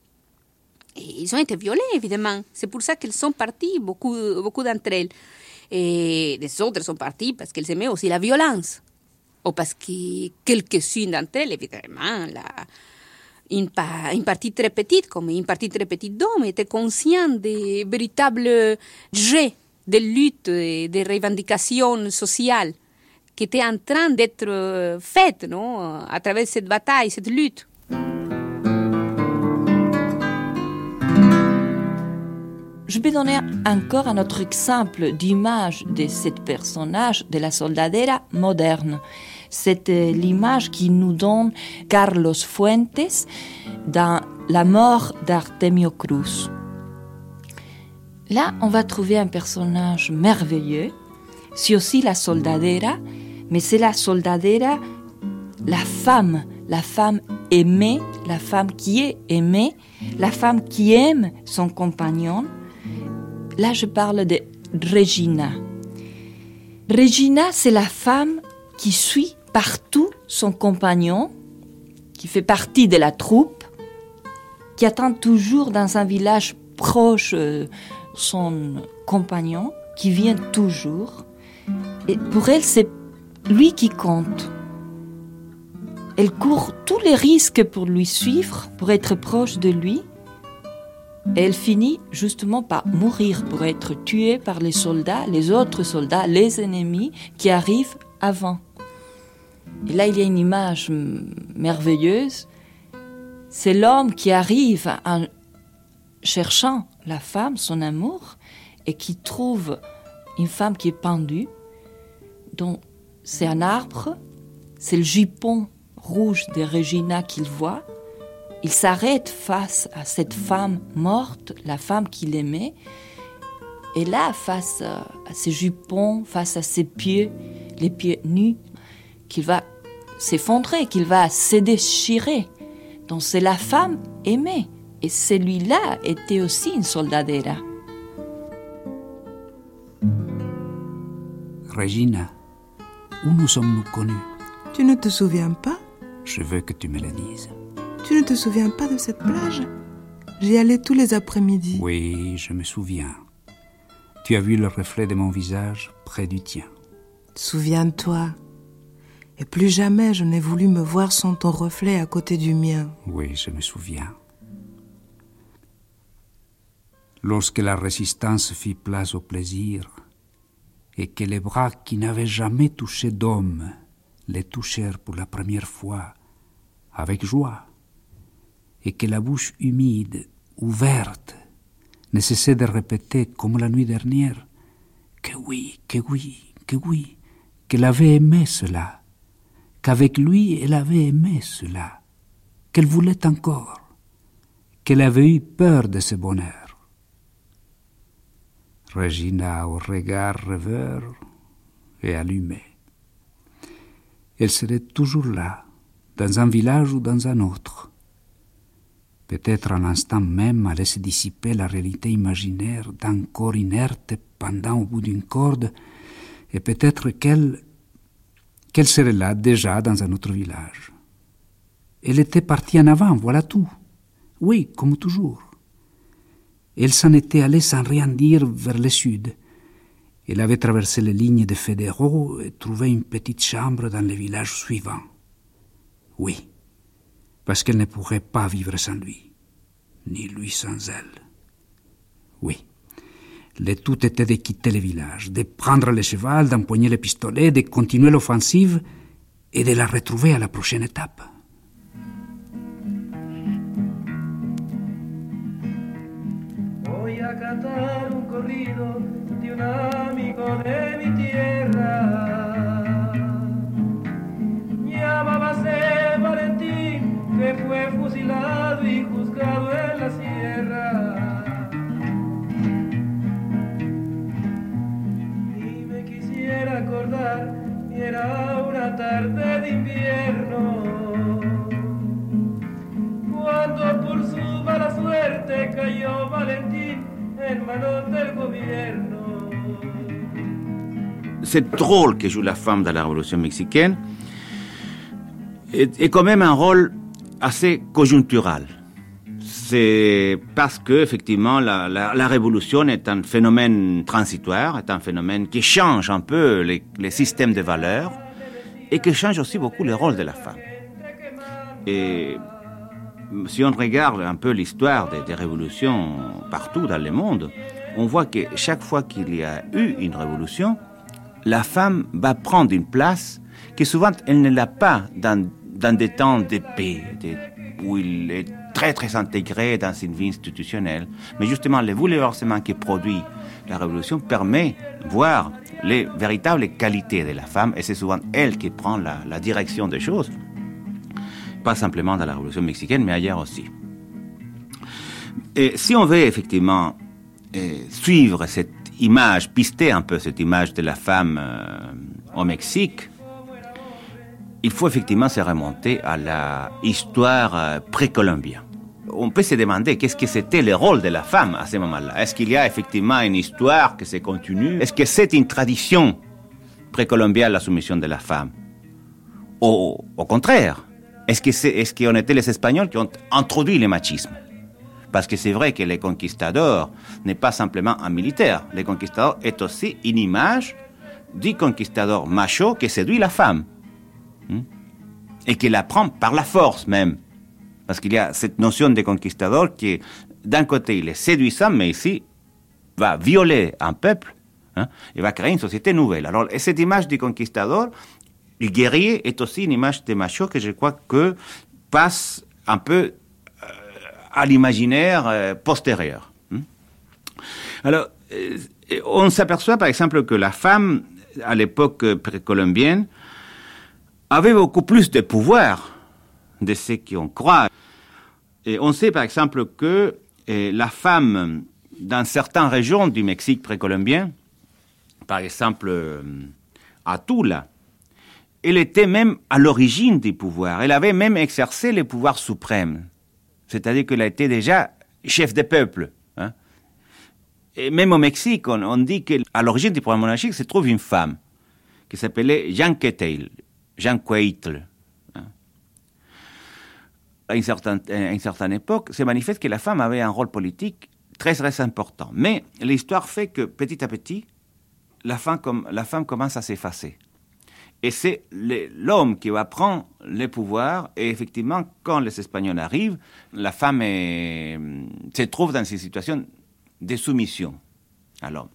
Et ils ont été violés, évidemment. C'est pour ça qu'elles sont parties, beaucoup, beaucoup d'entre elles. Et les autres sont parties parce qu'elles aimaient aussi la violence. Ou parce que quelques-unes d'entre elles, évidemment, la, une, une partie très petite, comme une partie très petite d'hommes, étaient conscients des véritables jets de lutte et de revendications sociales qui étaient en train d'être faites, non, à travers cette bataille, cette lutte. Je vais donner encore un autre exemple d'image de ce personnage de la soldadera moderne. C'est l'image qui nous donne Carlos Fuentes dans La mort d'Artemio Cruz. Là, on va trouver un personnage merveilleux. C'est aussi la soldadera, mais c'est la soldadera, la femme, la femme aimée, la femme qui est aimée, la femme qui aime son compagnon. Là, je parle de Regina. Regina, c'est la femme qui suit partout son compagnon, qui fait partie de la troupe, qui attend toujours dans un village proche euh, son compagnon, qui vient toujours. Et pour elle, c'est lui qui compte. Elle court tous les risques pour lui suivre, pour être proche de lui. Et elle finit justement par mourir, pour être tuée par les soldats, les autres soldats, les ennemis qui arrivent avant. Et là, il y a une image merveilleuse. C'est l'homme qui arrive en cherchant la femme, son amour, et qui trouve une femme qui est pendue. Donc, c'est un arbre, c'est le jupon rouge de Regina qu'il voit. il s'arrête face à cette femme morte, la femme qu'il aimait. Et là, face à ses jupons, face à ses pieds, les pieds nus, qu'il va s'effondrer, qu'il va se déchirer. Donc c'est la femme aimée. Et celui-là était aussi une soldadera. Regina, où nous sommes-nous connus? Tu ne te souviens pas? Je veux que tu me le dises. Tu ne te souviens pas de cette plage? J'y allais tous les après-midi. Oui, je me souviens. Tu as vu le reflet de mon visage près du tien. Souviens-toi. Et plus jamais je n'ai voulu me voir sans ton reflet à côté du mien. Oui, je me souviens. Lorsque la résistance fit place au plaisir, et que les bras qui n'avaient jamais touché d'homme les touchèrent pour la première fois, avec joie, et que la bouche humide, ouverte, ne cessait de répéter, comme la nuit dernière, que oui, que oui, que oui, qu'elle avait aimé cela, qu'avec lui elle avait aimé cela, qu'elle voulait encore, qu'elle avait eu peur de ce bonheur. Regina au regard rêveur et allumé. Elle serait toujours là, dans un village ou dans un autre. Peut-être à l'instant même allait se dissiper la réalité imaginaire d'un corps inerte pendant au bout d'une corde, et peut-être qu'elle, qu'elle serait là déjà dans un autre village. Elle était partie en avant, voilà tout. Oui, comme toujours. Elle s'en était allée sans rien dire vers le sud. Elle avait traversé les lignes de fédéraux et trouvé une petite chambre dans le village suivant. Oui, parce qu'elle ne pourrait pas vivre sans lui, ni lui sans elle. Oui, le tout était de quitter le village, de prendre le cheval, d'empoigner le pistolet, de continuer l'offensive et de la retrouver à la prochaine étape. A cantar un corrido de un amigo de mi tierra. Llamábase Valentín, que fue fusilado y juzgado en la sierra. Y me quisiera acordar, y era una tarde de invierno, cuando por su mala suerte cayó Valentín en manos del gobierno. Ce rôle que joue la femme dans la Révolution mexicaine est, est quand même un rôle assez conjonctural. C'est parce que, effectivement, la, la, la révolution est un phénomène transitoire, est un phénomène qui change un peu les, les systèmes de valeurs et qui change aussi beaucoup le rôle de la femme. Et si on regarde un peu l'histoire des, des révolutions partout dans le monde, on voit que chaque fois qu'il y a eu une révolution, la femme va prendre une place que souvent elle ne l'a pas dans, dans des temps de paix, de, où il est très très intégré dans une vie institutionnelle. Mais justement, le bouleversement qui produit la révolution permet de voir les véritables qualités de la femme, et c'est souvent elle qui prend la, la direction des choses. Pas simplement dans la Révolution mexicaine, mais ailleurs aussi. Et si on veut effectivement euh, suivre cette image, pister un peu cette image de la femme euh, au Mexique, il faut effectivement se remonter à la histoire euh, précolombienne. On peut se demander qu'est-ce que c'était le rôle de la femme à ce moment-là. Est-ce qu'il y a effectivement une histoire qui se continue? Est-ce que c'est une tradition précolombienne, la soumission de la femme? Ou au contraire, Est-ce que c'est, est-ce qu'on était les Espagnols qui ont introduit le machisme? Parce que c'est vrai que les conquistadors n'est pas simplement un militaire. Le conquistador est aussi une image du conquistador macho qui séduit la femme. Hmm? Et qui la prend par la force même. Parce qu'il y a cette notion de conquistador qui, d'un côté, il est séduisant, mais ici, va violer un peuple, hein, et va créer une société nouvelle. Alors, et cette image du conquistador, le guerrier, est aussi une image de macho que je crois que passe un peu euh, à l'imaginaire euh, postérieur. Hmm? Alors, euh, on s'aperçoit par exemple que la femme, à l'époque précolombienne, avait beaucoup plus de pouvoir de ce qu'on croit. Et on sait par exemple que eh, la femme dans certaines régions du Mexique précolombien, par exemple à Tula, elle était même à l'origine du pouvoir. Elle avait même exercé le pouvoir suprême. C'est-à-dire qu'elle était déjà chef de peuple. Hein. Et même au Mexique, on, on dit qu'à l'origine du pouvoir monarchique se trouve une femme qui s'appelait Yanqueteil, Yanqueitl. Hein. À une certaine, à une certaine époque, c'est manifeste que la femme avait un rôle politique très très important. Mais l'histoire fait que petit à petit, la femme, comme, la femme commence à s'effacer. Et c'est le, l'homme qui va prendre le pouvoir. Et effectivement, quand les Espagnols arrivent, la femme est, se trouve dans une situation de soumission à l'homme.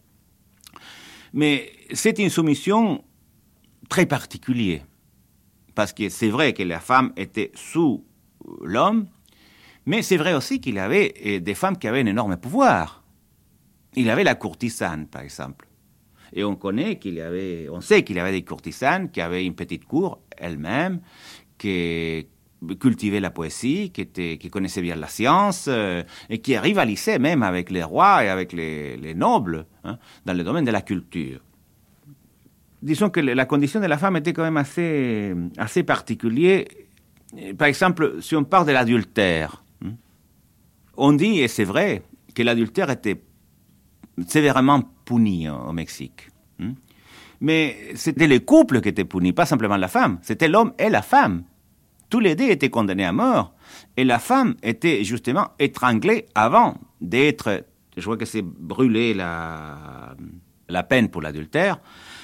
Mais c'est une soumission très particulière. Parce que c'est vrai que la femme était sous l'homme, mais c'est vrai aussi qu'il y avait des femmes qui avaient un énorme pouvoir. Il y avait la courtisane, par exemple. Et on connaît qu'il y avait, on sait qu'il y avait des courtisanes qui avaient une petite cour elles-mêmes, qui cultivaient la poésie, qui, étaient, qui connaissaient bien la science, euh, et qui rivalisaient même avec les rois et avec les, les nobles hein, dans le domaine de la culture. Disons que la condition de la femme était quand même assez, assez particulière. Par exemple, si on parle de l'adultère, hein, on dit, et c'est vrai, que l'adultère était sévèrement puni au Mexique. Hein? Mais c'était le couple qui était puni, pas simplement la femme. C'était l'homme et la femme. Tous les deux étaient condamnés à mort. Et la femme était justement étranglée avant d'être, je crois que c'est brûler la, la peine pour l'adultère.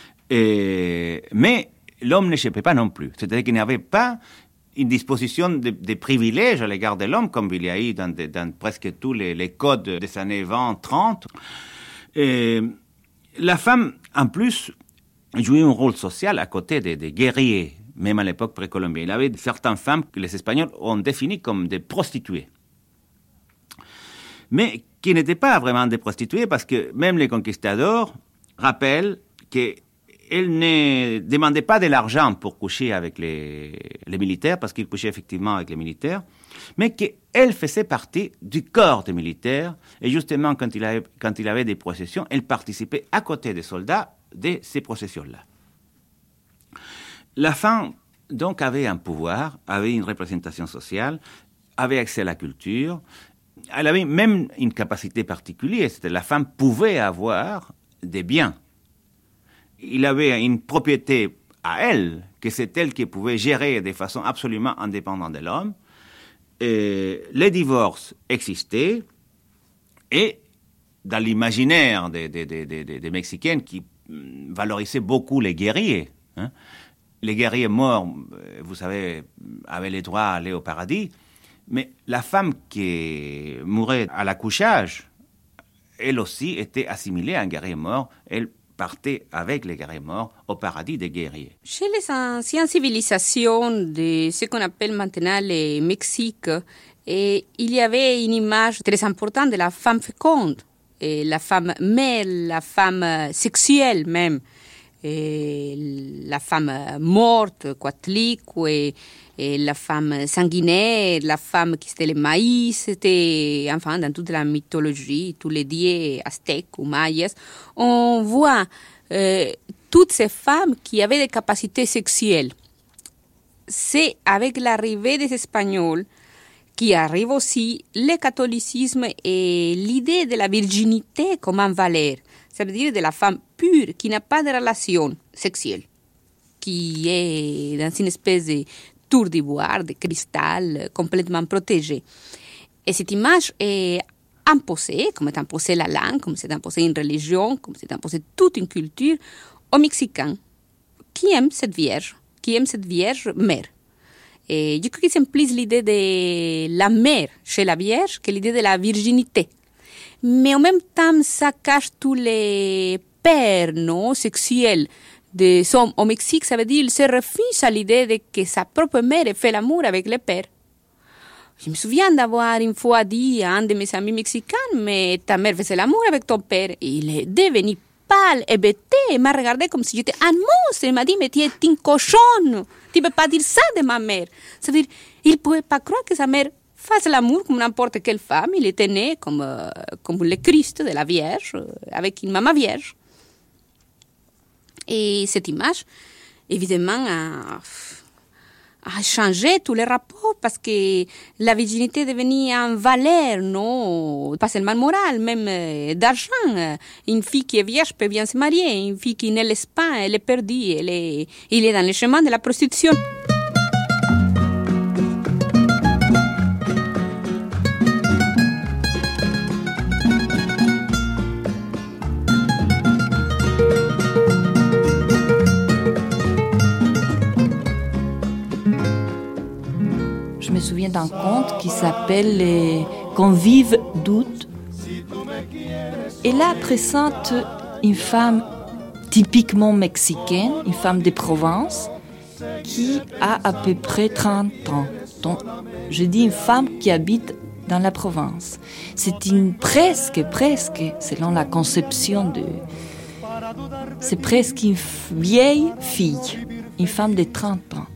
Et, mais l'homme n'échappait pas non plus. C'est-à-dire qu'il n'y avait pas une disposition de, de privilèges à l'égard de l'homme, comme il y a eu dans, de, dans presque tous les, les codes des années vingt trente. Et la femme, en plus, jouait un rôle social à côté des, des guerriers, même à l'époque précolombienne. Il y avait certaines femmes que les Espagnols ont définies comme des prostituées. Mais qui n'étaient pas vraiment des prostituées, parce que même les conquistadors rappellent qu'elles ne demandaient pas de l'argent pour coucher avec les, les militaires, parce qu'ils couchaient effectivement avec les militaires, mais qu'elle faisait partie du corps des militaires, et justement, quand il avait, quand il avait des processions, elle participait à côté des soldats de ces processions-là. La femme, donc, avait un pouvoir, avait une représentation sociale, avait accès à la culture, elle avait même une capacité particulière, c'était la femme pouvait avoir des biens. Il avait une propriété à elle, que c'est elle qui pouvait gérer de façon absolument indépendante de l'homme. Et les divorces existaient, et dans l'imaginaire des, des, des, des, des Mexicains qui valorisaient beaucoup les guerriers, hein, les guerriers morts, vous savez, avaient le droit à aller au paradis, mais la femme qui mourait à l'accouchage, elle aussi était assimilée à un guerrier mort, elle partait avec les guerriers morts au paradis des guerriers. Chez les anciennes civilisations de ce qu'on appelle maintenant le Mexique, et il y avait une image très importante de la femme féconde, et la femme mère, la femme sexuelle même, et la femme morte, quatlique, et, et la femme sanguinaire, la femme qui c'était le maïs, c'était, enfin, dans toute la mythologie, tous les dieux aztèques ou mayas, on voit euh, toutes ces femmes qui avaient des capacités sexuelles. C'est avec l'arrivée des Espagnols qui arrive aussi le catholicisme et l'idée de la virginité comme un valeur. Ça veut dire de la femme pure qui n'a pas de relation sexuelle, qui est dans une espèce de tour d'ivoire, de cristal, complètement protégée. Et cette image est imposée, comme est imposée la langue, comme c'est imposée une religion, comme c'est imposée toute une culture, aux Mexicains qui aiment cette vierge, qui aiment cette vierge mère. Et je crois que c'est plus l'idée de la mère chez la vierge que l'idée de la virginité. Mais en même temps, ça cache tous les pères non, sexuels des hommes au Mexique. Ça veut dire qu'ils se refusent à l'idée de que sa propre mère ait fait l'amour avec le père. Je me souviens d'avoir une fois dit à un de mes amis mexicains, mais ta mère faisait l'amour avec ton père. Et il est devenu pâle et bêté. Il m'a regardé comme si j'étais un monstre. Il m'a dit, mais tu es une cochonne. Tu ne peux pas dire ça de ma mère. C'est-à-dire, il ne pouvait pas croire que sa mère fasse l'amour comme n'importe quelle femme. Il était né comme, euh, comme le Christ de la Vierge, euh, avec une maman vierge. Et cette image, évidemment, a, a changé tous les rapports parce que la virginité est devenue une valeur, non, pas seulement morale, même euh, d'argent. Une fille qui est vierge peut bien se marier. Une fille qui ne laisse pas, elle est perdue. Elle est, elle est dans le chemin de la prostitution. Je me souviens d'un conte qui s'appelle Les Convives d'août. Et là présente une femme typiquement mexicaine, une femme de Provence, qui a à peu près trente ans. Donc, je dis une femme qui habite dans la Provence. C'est une presque, presque, selon la conception de... C'est presque une vieille fille, une femme de trente ans.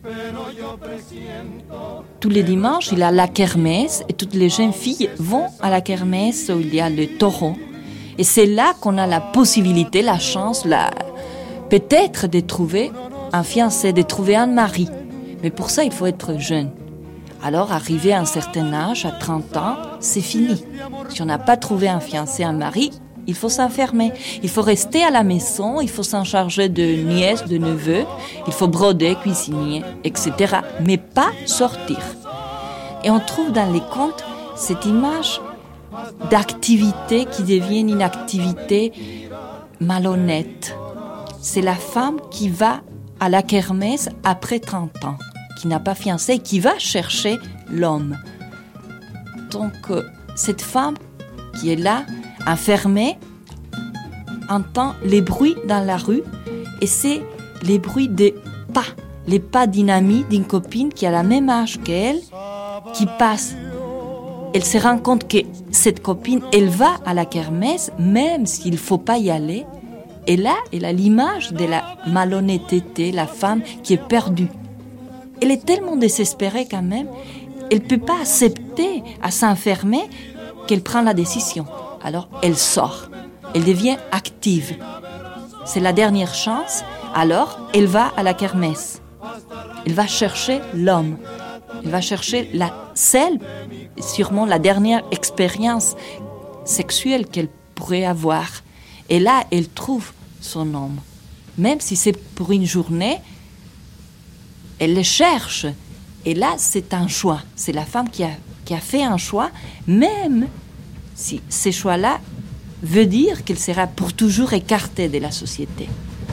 Tous les dimanches, il y a la kermesse et toutes les jeunes filles vont à la kermesse où il y a le taureau. Et c'est là qu'on a la possibilité, la chance, la... peut-être de trouver un fiancé, de trouver un mari. Mais pour ça, il faut être jeune. Alors, arrivé à un certain âge, à trente ans, c'est fini. Si on n'a pas trouvé un fiancé, un mari, il faut s'enfermer. Il faut rester à la maison, il faut s'en charger de nièces, de neveux, il faut broder, cuisiner, et cetera. Mais pas sortir. Et on trouve dans les contes cette image d'activité qui devient une activité malhonnête. C'est la femme qui va à la kermesse après trente ans, qui n'a pas fiancé, qui va chercher l'homme. Donc, euh, cette femme qui est là, enfermée, entend les bruits dans la rue, et c'est les bruits des pas, les pas d'une amie, d'une copine qui a le même âge qu'elle, qui passe. Elle se rend compte que cette copine, elle va à la kermesse, même s'il ne faut pas y aller. Et là, elle a l'image de la malhonnêteté, la femme qui est perdue. Elle est tellement désespérée quand même, elle ne peut pas accepter à s'enfermer qu'elle prend la décision. Alors, elle sort, elle devient active. C'est la dernière chance, alors elle va à la kermesse. Elle va chercher l'homme. Elle va chercher la celle, sûrement la dernière expérience sexuelle qu'elle pourrait avoir. Et là, elle trouve son homme. Même si c'est pour une journée, elle le cherche. Et là, c'est un choix. C'est la femme qui a, qui a fait un choix, même si ce choix-là veut dire qu'elle sera pour toujours écartée de la société.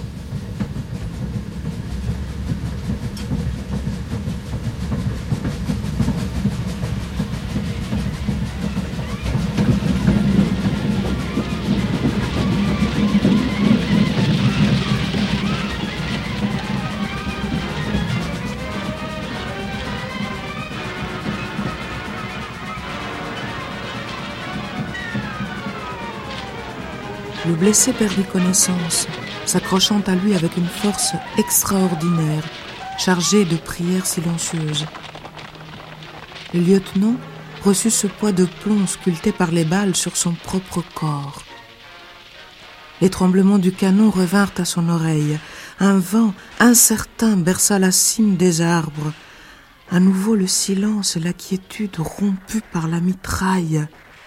Le blessé perdit connaissance, s'accrochant à lui avec une force extraordinaire, chargée de prières silencieuses. Le lieutenant reçut ce poids de plomb sculpté par les balles sur son propre corps. Les tremblements du canon revinrent à son oreille. Un vent incertain berça la cime des arbres. À nouveau le silence et la quiétude rompus par la mitraille.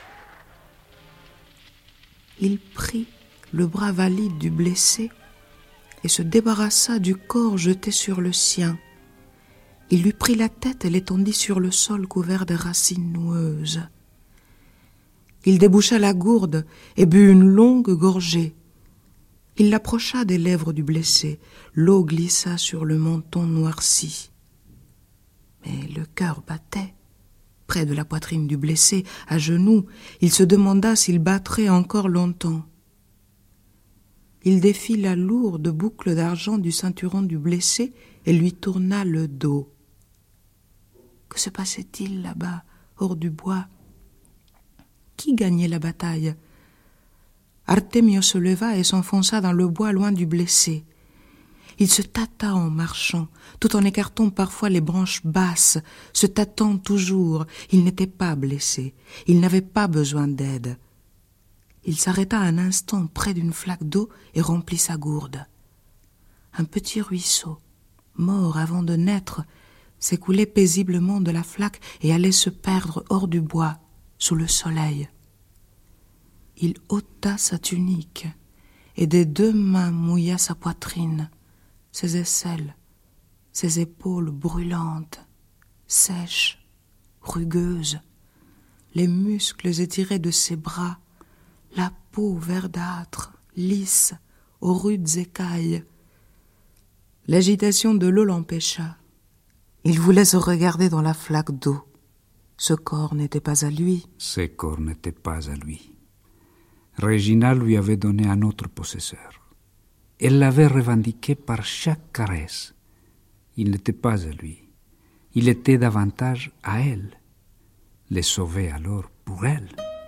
Il prit le bras valide du blessé et se débarrassa du corps jeté sur le sien. Il lui prit la tête et l'étendit sur le sol couvert de racines noueuses. Il déboucha la gourde et but une longue gorgée. Il l'approcha des lèvres du blessé. L'eau glissa sur le menton noirci. Mais le cœur battait. Près de la poitrine du blessé, à genoux, il se demanda s'il battrait encore longtemps. Il défit la lourde boucle d'argent du ceinturon du blessé et lui tourna le dos. Que se passait-il là-bas, hors du bois? Qui gagnait la bataille? Artemio se leva et s'enfonça dans le bois loin du blessé. Il se tâta en marchant, tout en écartant parfois les branches basses, se tâtant toujours. Il n'était pas blessé, il n'avait pas besoin d'aide. Il s'arrêta un instant près d'une flaque d'eau et remplit sa gourde. Un petit ruisseau, mort avant de naître, s'écoulait paisiblement de la flaque et allait se perdre hors du bois, sous le soleil. Il ôta sa tunique et des deux mains mouilla sa poitrine, ses aisselles, ses épaules brûlantes, sèches, rugueuses, les muscles étirés de ses bras, la peau verdâtre, lisse, aux rudes écailles. L'agitation de l'eau l'empêcha. Il voulait se regarder dans la flaque d'eau. Ce corps n'était pas à lui. Ce corps n'était pas à lui. Regina lui avait donné un autre possesseur. Elle l'avait revendiqué par chaque caresse. Il n'était pas à lui. Il était davantage à elle. Les sauver alors pour elle.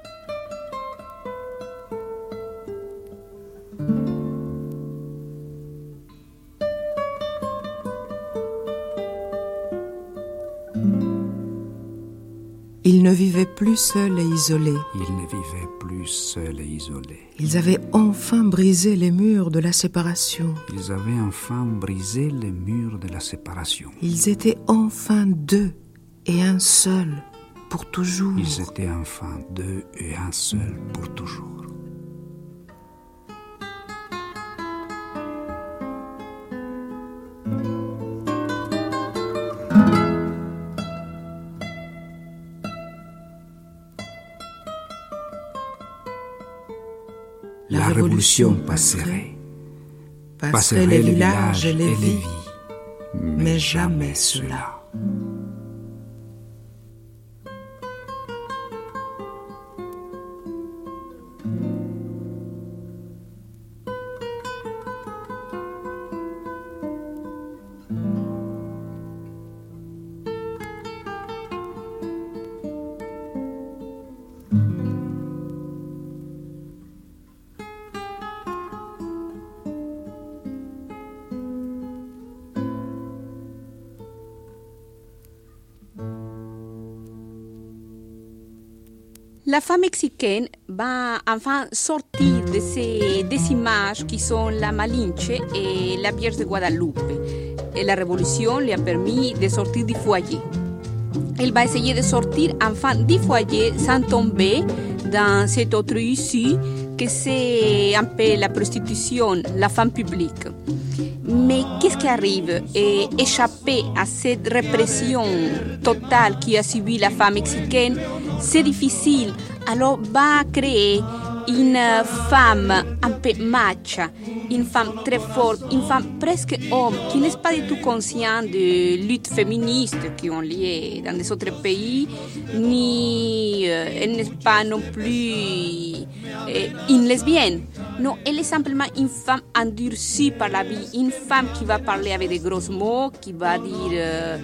Ils ne vivaient plus seuls et isolés. Ils ne vivaient plus seuls et isolés. Ils avaient enfin brisé les murs de la séparation. Ils avaient enfin brisé les murs de la séparation. Ils étaient enfin deux et un seul pour toujours. Ils étaient enfin deux et un seul pour toujours. La révolution passerait, passerait les villages et les vies, mais jamais cela. La femme mexicaine va enfin sortir de ces des images qui sont la Malinche et la Vierge de Guadalupe. Et la révolution lui a permis de sortir du foyer. Elle va essayer de sortir enfin du foyer sans tomber dans cette autre issue que c'est un peu la prostitution, la femme publique. Mais qu'est-ce qui arrive? Et échapper à cette répression totale qui a subi la femme mexicaine, c'est difficile. Alors va créer une femme un peu macha, une femme très forte, une femme presque homme, qui n'est pas du tout consciente des luttes féministes qui ont lieu dans les autres pays, ni euh, elle n'est pas non plus euh, une lesbienne. Non, elle est simplement une femme endurcie par la vie, une femme qui va parler avec des gros mots, qui va dire euh,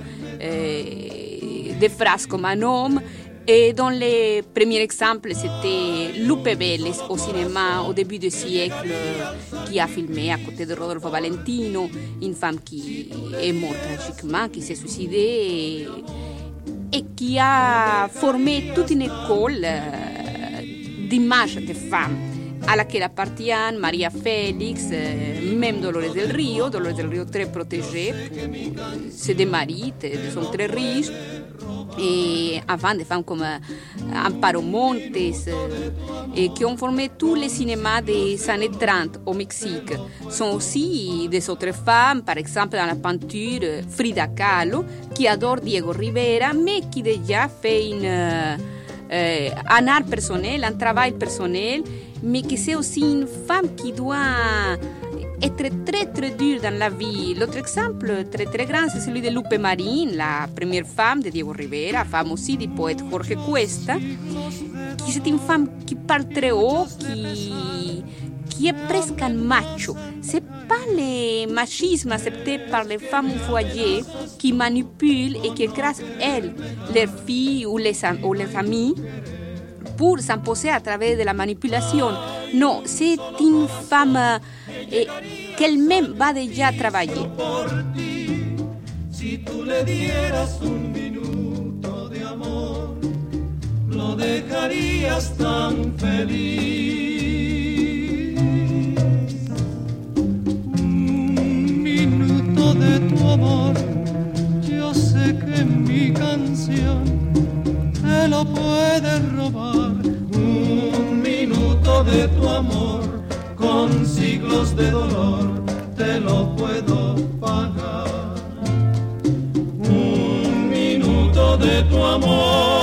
euh, des phrases comme un homme. Et dans les premiers exemples, c'était Lupe Vélez au cinéma au début du siècle, qui a filmé à côté de Rodolfo Valentino, une femme qui est morte tragiquement, qui s'est suicidée et, et qui a formé toute une école d'images de femmes à laquelle appartiennent Maria Félix, même Dolores del Rio, Dolores del Rio très protégée, c'est des maris, ils sont très riches. Et avant des femmes comme Amparo Montes et qui ont formé tous les cinémas des années trente au Mexique. Sont aussi des autres femmes, par exemple dans la peinture Frida Kahlo, qui adore Diego Rivera, mais qui déjà fait une, euh, un art personnel, un travail personnel, mais qui c'est aussi une femme qui doit être très très dure dans la vie. L'autre exemple très très grand, c'est celui de Lupe Marín, la première femme de Diego Rivera, femme aussi du poète Jorge Cuesta, qui c'est une femme qui parle très haut, qui, qui est presque un macho. C'est pas le machisme accepté par les femmes au foyer qui manipulent et qui écrasent elles, leurs filles ou les, ou leurs amis, pour s'imposer à travers de la manipulation. Non, c'est une femme euh, qu'elle-même va déjà travailler. Si tú le dieras un minuto de amor, lo dejarías tan feliz. Un minuto de tu amor, yo sé que mi canción te lo puede robar. Un minuto de tu amor, con siglos de dolor, te lo puedo pagar. De tu amor.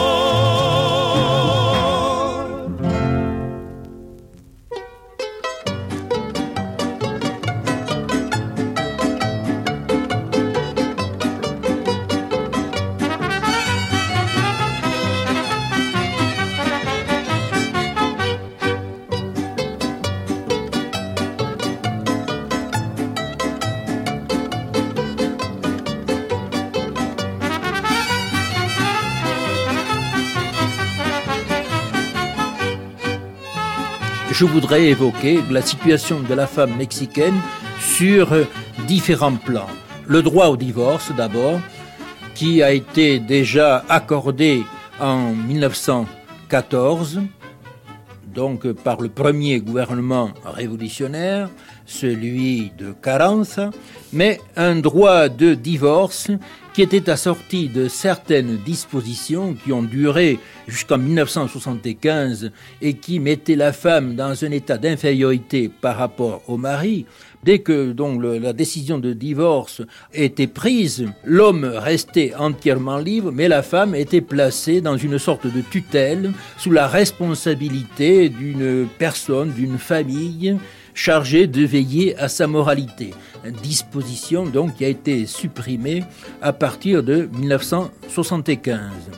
Je voudrais évoquer la situation de la femme mexicaine sur différents plans. Le droit au divorce d'abord, qui a été déjà accordé en mille neuf cent quatorze, donc par le premier gouvernement révolutionnaire, celui de Carranza, mais un droit de divorce qui était assorti de certaines dispositions qui ont duré jusqu'en mille neuf cent soixante-quinze et qui mettaient la femme dans un état d'infériorité par rapport au mari. Dès que donc le, la décision de divorce était prise, l'homme restait entièrement libre, mais la femme était placée dans une sorte de tutelle sous la responsabilité d'une personne, d'une famille chargée de veiller à sa moralité. Une disposition donc qui a été supprimée à partir de mille neuf cent soixante-quinze.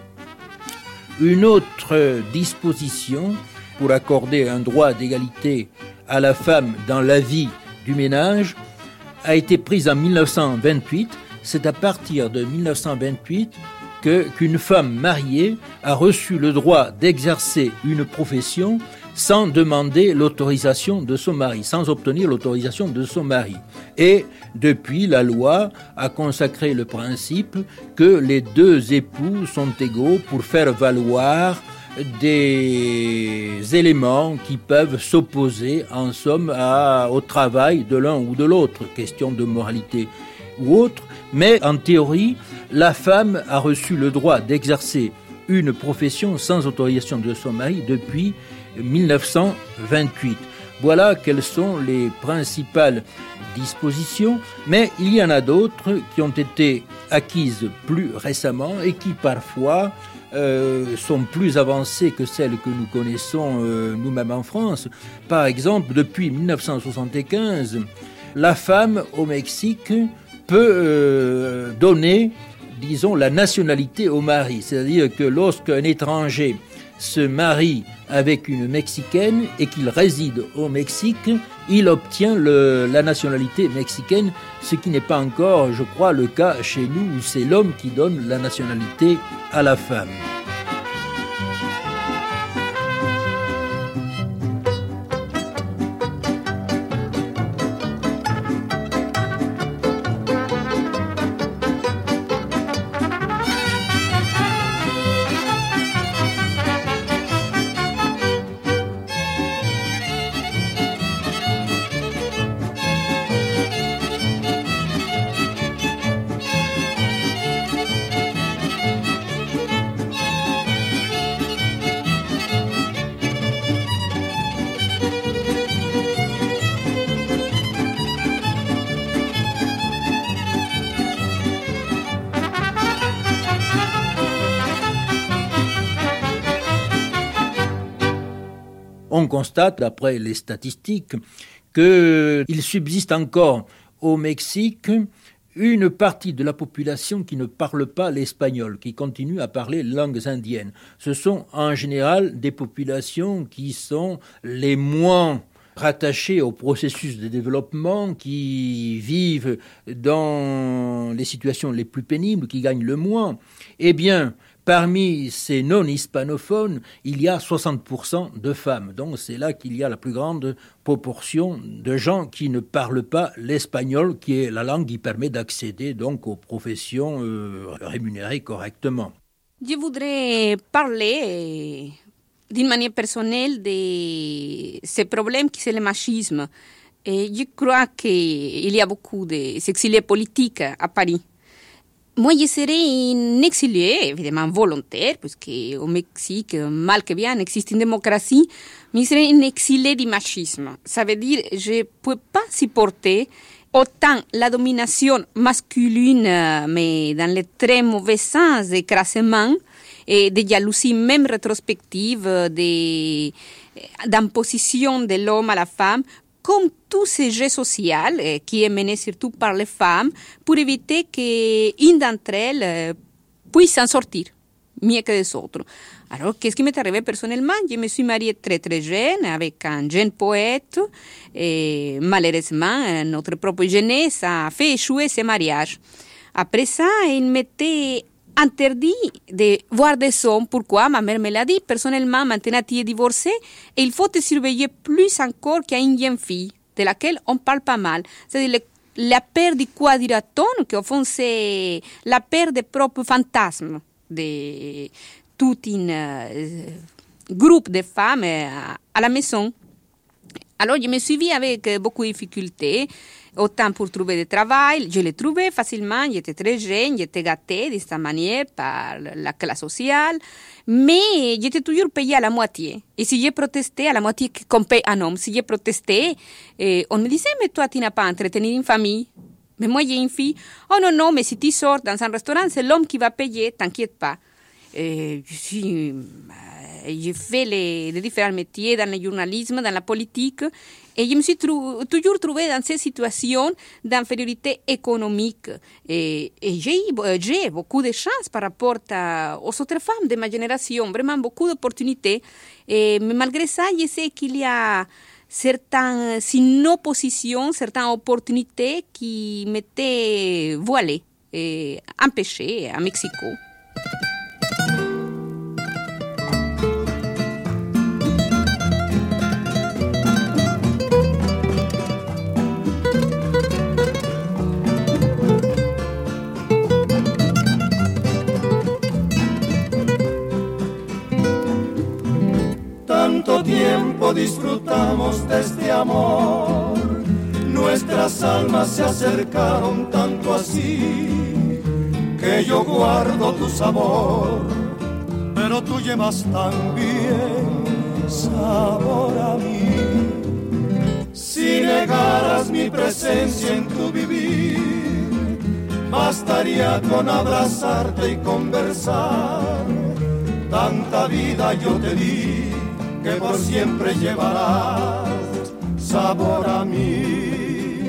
Une autre disposition pour accorder un droit d'égalité à la femme dans la vie du ménage a été prise en mille neuf cent vingt-huit. C'est à partir de mille neuf cent vingt-huit que, qu'une femme mariée a reçu le droit d'exercer une profession sans demander l'autorisation de son mari, sans obtenir l'autorisation de son mari. Et depuis, la loi a consacré le principe que les deux époux sont égaux pour faire valoir des éléments qui peuvent s'opposer, en somme, à, au travail de l'un ou de l'autre, question de moralité ou autre. Mais en théorie, la femme a reçu le droit d'exercer une profession sans autorisation de son mari depuis mille neuf cent vingt-huit. Voilà quelles sont les principales dispositions, mais il y en a d'autres qui ont été acquises plus récemment et qui parfois euh, sont plus avancées que celles que nous connaissons euh, nous-mêmes en France. Par exemple, depuis mille neuf cent soixante-quinze, la femme au Mexique peut euh, donner, disons, la nationalité au mari. C'est-à-dire que lorsqu'un étranger se marie avec une Mexicaine et qu'il réside au Mexique, il obtient le, la nationalité mexicaine, ce qui n'est pas encore, je crois, le cas chez nous, où c'est l'homme qui donne la nationalité à la femme. On constate, d'après les statistiques, qu'il subsiste encore au Mexique une partie de la population qui ne parle pas l'espagnol, qui continue à parler langues indiennes. Ce sont en général des populations qui sont les moins rattachées au processus de développement, qui vivent dans les situations les plus pénibles, qui gagnent le moins. Eh bien, parmi ces non-hispanophones, il y a soixante pour cent de femmes. Donc c'est là qu'il y a la plus grande proportion de gens qui ne parlent pas l'espagnol, qui est la langue qui permet d'accéder donc aux professions euh, rémunérées correctement. Je voudrais parler d'une manière personnelle de ce problème qui c'est le machisme. Et je crois qu'il y a beaucoup d'exilés politiques à Paris. Moi, je serais une exilée, évidemment volontaire, puisqu'au Mexique, mal que bien, existe une démocratie, mais je serais une exilée du machisme. Ça veut dire que je ne peux pas supporter autant la domination masculine, mais dans le très mauvais sens d'écrasement, et de jalousie même rétrospective, de, d'imposition de l'homme à la femme, comme tout ce jeu social eh, qui est mené surtout par les femmes pour éviter qu'une d'entre elles eh, puisse s'en sortir mieux que les autres. Alors, qu'est-ce qui m'est arrivé personnellement? Je me suis mariée très très jeune avec un jeune poète et malheureusement, notre propre jeunesse a fait échouer ce mariage. Après ça, il m'était interdit de voir des hommes. Pourquoi? Ma mère me l'a dit. Personnellement, maintenant tu es divorcée et il faut te surveiller plus encore qu'à une jeune fille de laquelle on parle pas mal. C'est-à-dire le, la peur du quadrilatone, qu'au fond c'est la peur des propres fantasmes de tout un euh, groupe de femmes à, à la maison. Alors je me suis vue avec beaucoup de difficultés. Autant pour trouver du travail, je l'ai trouvé facilement, j'étais très jeune, j'étais gâtée de cette manière par la classe sociale, mais j'étais toujours payée à la moitié. Et si j'ai protesté, à la moitié qu'on paye un homme, si j'ai protesté, eh, on me disait, mais toi, tu n'as pas entretenu une famille. Mais moi, j'ai une fille. Oh non, non, mais si tu sors dans un restaurant, c'est l'homme qui va payer, t'inquiète pas. Et je suis... J'ai fait les, les différents métiers dans le journalisme, dans la politique, et je me suis trou- toujours trouvée dans ces situations d'infériorité économique. Et, et j'ai, j'ai beaucoup de chance par rapport à, aux autres femmes de ma génération, vraiment beaucoup d'opportunités. Et, mais malgré ça, je sais qu'il y a certaines oppositions, certaines opportunités qui m'étaient voilées et empêchées à Mexico. Tanto tiempo disfrutamos de este amor, nuestras almas se acercaron tanto así, que yo guardo tu sabor, pero tú llevas también sabor a mí. Si negaras mi presencia en tu vivir, bastaría con abrazarte y conversar, tanta vida yo te di, que por siempre llevarás sabor a mí.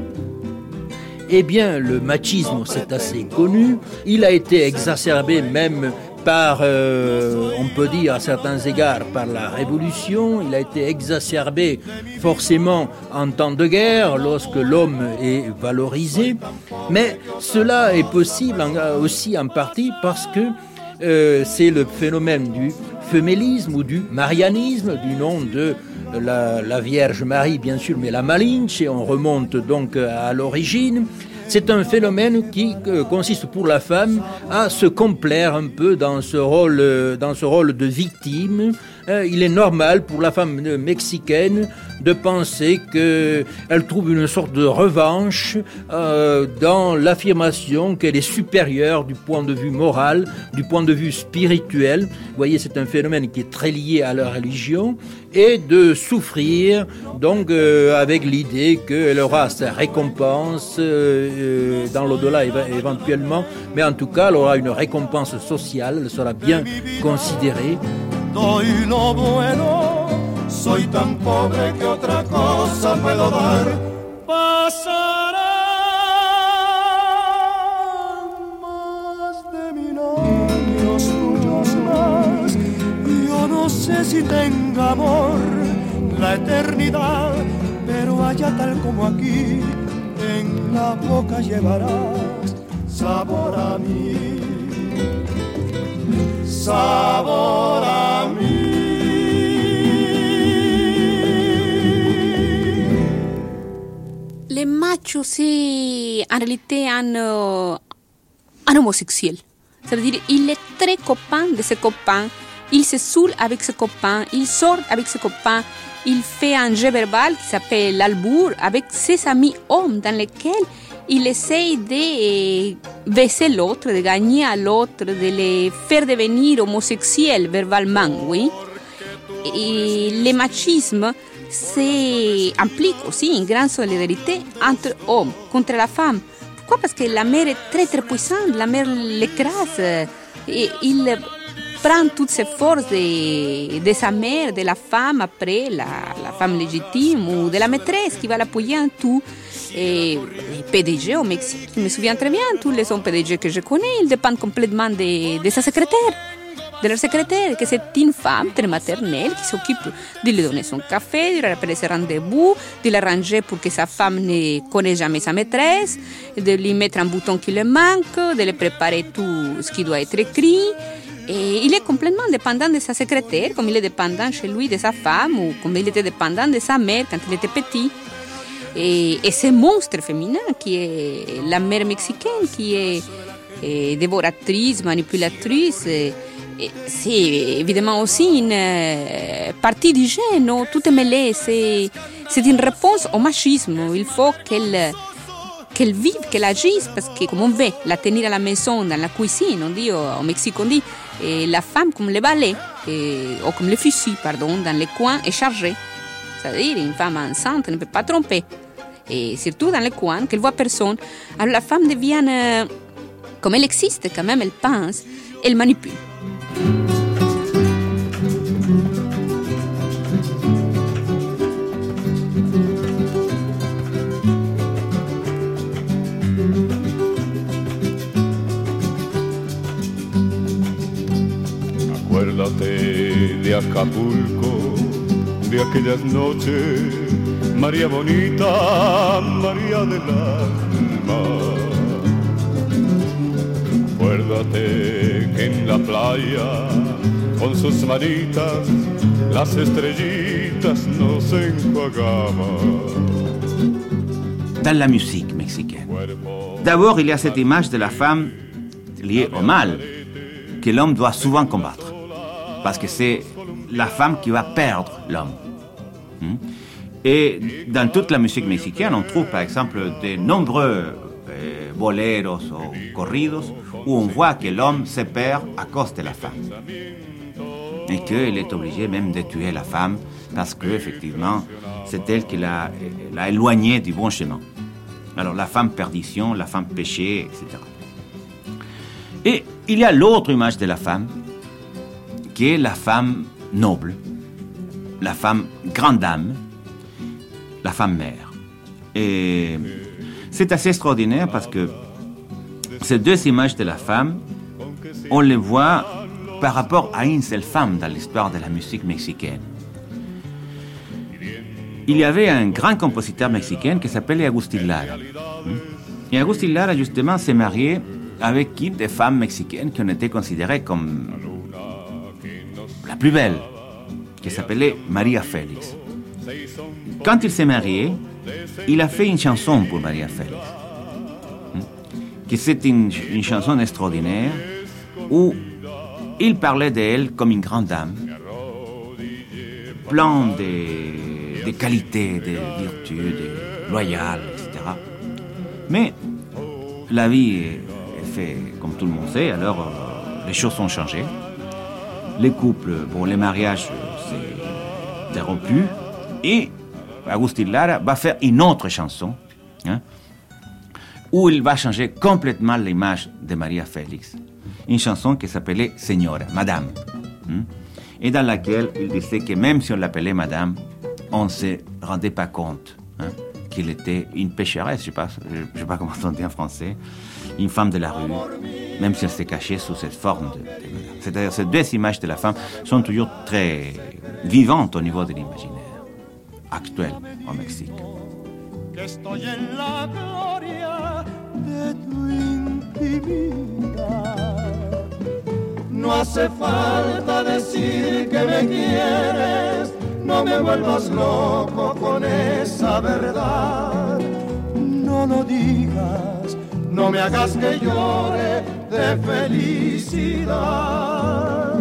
Eh bien, le machisme, c'est assez connu. Il a été exacerbé même par, euh, on peut dire à certains égards, par la Révolution. Il a été exacerbé forcément en temps de guerre, lorsque l'homme est valorisé. Mais cela est possible aussi en partie parce que euh, c'est le phénomène du fémélisme ou du marianisme, du nom de la, la Vierge Marie, bien sûr, mais la Malinche, et on remonte donc à l'origine. C'est un phénomène qui euh, consiste pour la femme à se complaire un peu dans ce rôle, euh, dans ce rôle de victime. Euh, il est normal pour la femme mexicaine de penser qu'elle trouve une sorte de revanche euh, dans l'affirmation qu'elle est supérieure du point de vue moral, du point de vue spirituel. Vous voyez, c'est un phénomène qui est très lié à la religion, et de souffrir donc euh, avec l'idée qu'elle aura sa récompense euh, dans l'au-delà éventuellement, mais en tout cas elle aura une récompense sociale, elle sera bien considérée. Doy lo bueno, soy tan pobre que otra cosa puedo dar. Pasarán más de mil años, muchos más. Yo no sé si tenga amor la eternidad, pero allá tal como aquí, en la boca llevarás sabor a mí. sabor a mí. Les machos, c'est en réalité un, euh, un homosexuel. Ça veut dire il est très copain de ses copains, il se saoule avec ses copains, il sort avec ses copains, il fait un jeu verbal qui s'appelle l'albour avec ses amis hommes dans lesquels il essaye de baisser l'autre, de gagner à l'autre, de les faire devenir homosexuels verbalement, oui. Et le machisme, c'est implique aussi une grande solidarité entre hommes contre la femme. Pourquoi? Parce que la mère est très très puissante, la mère l'écrase. Et il prend toutes ses forces de, de sa mère, de la femme après, la, la femme légitime, ou de la maîtresse qui va l'appuyer en tout. Et les P D G au Mexique, je me souviens très bien, tous les hommes P D G que je connais, ils dépendent complètement de, de sa secrétaire. De leur secrétaire, que c'est une femme très maternelle qui s'occupe de lui donner son café, de lui rappeler ses rendez-vous, de l'arranger pour que sa femme ne connaisse jamais sa maîtresse, de lui mettre un bouton qui lui manque, de lui préparer tout ce qui doit être écrit. Et il est complètement dépendant de sa secrétaire, comme il est dépendant chez lui de sa femme, ou comme il était dépendant de sa mère quand il était petit. Et, et ce monstre féminin qui est la mère mexicaine, qui est, est dévoratrice, manipulatrice, et, et c'est évidemment aussi une euh, partie du gène, où tout est mêlé. C'est, c'est une réponse au machisme. Il faut qu'elle, qu'elle vive, qu'elle agisse, parce que comme on veut la tenir à la maison, dans la cuisine, on dit, au, au Mexique on dit, et la femme comme le balai, et, ou comme le fusil, pardon, dans les coins est chargée. C'est-à-dire, une femme enceinte ne peut pas tromper. Et surtout dans les coins, qu'elle voit personne. Alors la femme devient, euh, comme elle existe quand même, elle pense, elle manipule. Acuérdate de Acapulco, de aquellas noches, María bonita, María del alma. Acuérdate que en la playa, con sus manitas, las estrellitas nos enjuagaban. Dans la musique mexicaine, d'abord il y a cette image de la femme liée au mal que l'homme doit souvent combattre, parce que c'est la femme qui va perdre l'homme. Et dans toute la musique mexicaine, on trouve par exemple de nombreux euh, boleros ou corridos où on voit que l'homme se perd à cause de la femme. Et qu'il est obligé même de tuer la femme parce qu'effectivement, c'est elle qui l'a, l'a éloigné du bon chemin. Alors la femme perdition, la femme péché, et cetera. Et il y a l'autre image de la femme, qui est la femme noble, la femme grande dame, la femme mère. Et c'est assez extraordinaire parce que ces deux images de la femme, on les voit par rapport à une seule femme dans l'histoire de la musique mexicaine. Il y avait un grand compositeur mexicain qui s'appelait Agustín Lara. Et Agustín Lara, justement, s'est marié avec une des femmes mexicaines qui ont été considérées comme la plus belle, qui s'appelait María Félix. Quand il s'est marié, il a fait une chanson pour María Félix, qui c'est une, une chanson extraordinaire où il parlait d'elle comme une grande dame, plein de, de qualités, de vertus, de loyale, et cetera. Mais la vie est faite comme tout le monde sait, alors euh, les choses ont changé. Les couples, bon, les mariages, c'est interrompu. Et Agustín Lara va faire une autre chanson, hein, où il va changer complètement l'image de María Félix. Une chanson qui s'appelait Señora, Madame. Hein, et dans laquelle il disait que même si on l'appelait Madame, on ne se rendait pas compte hein, qu'il était une pécheresse, je ne sais pas, je sais pas comment on dit en français, une femme de la rue, même si elle s'est cachée sous cette forme de, de Madame. C'est-à-dire ces deux images de la femme sont toujours très vivantes au niveau de l'imaginaire actuel au Mexique. Que estoy en la gloria de tu intimidad. No hace falta decir que me quieres, no me vuelvas loco con esa verdad. No lo digas, no me hagas que llore de felicidad.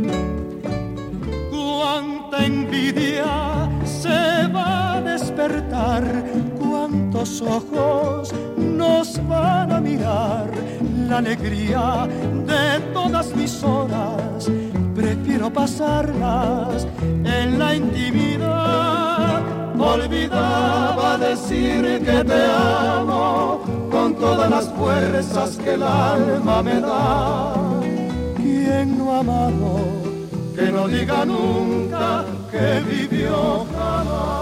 Cuánta envidia se va a despertar, cuántos ojos nos van a mirar. La alegría de todas mis horas prefiero pasarlas en la intimidad. Olvidaba decir que te amo con todas las fuerzas que el alma me da. ¿Quién no ha amado? Que no diga nunca que vivió jamás.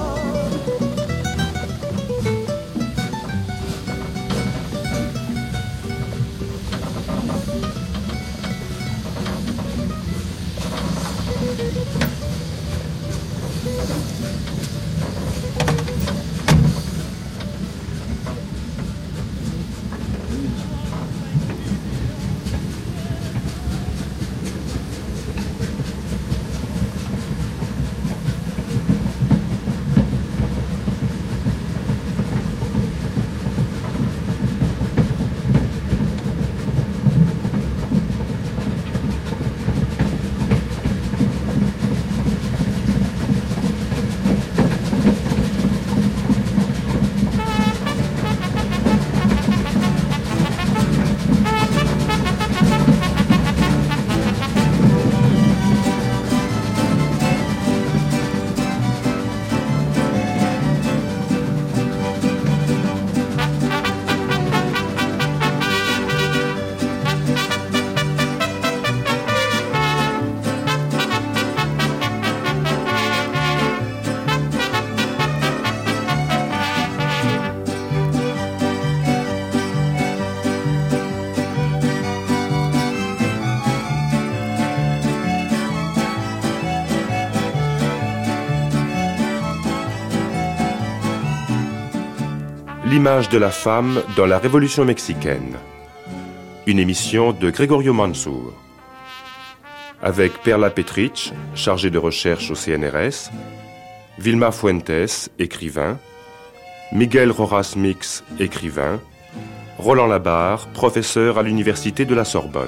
L'image de la femme dans la Révolution mexicaine. Une émission de Gregorio Mansour. Avec Perla Petrich, chargée de recherche au C N R S, Vilma Fuentes, écrivain, Miguel Rojas Mix, écrivain, Roland Labarre, professeur à l'Université de la Sorbonne.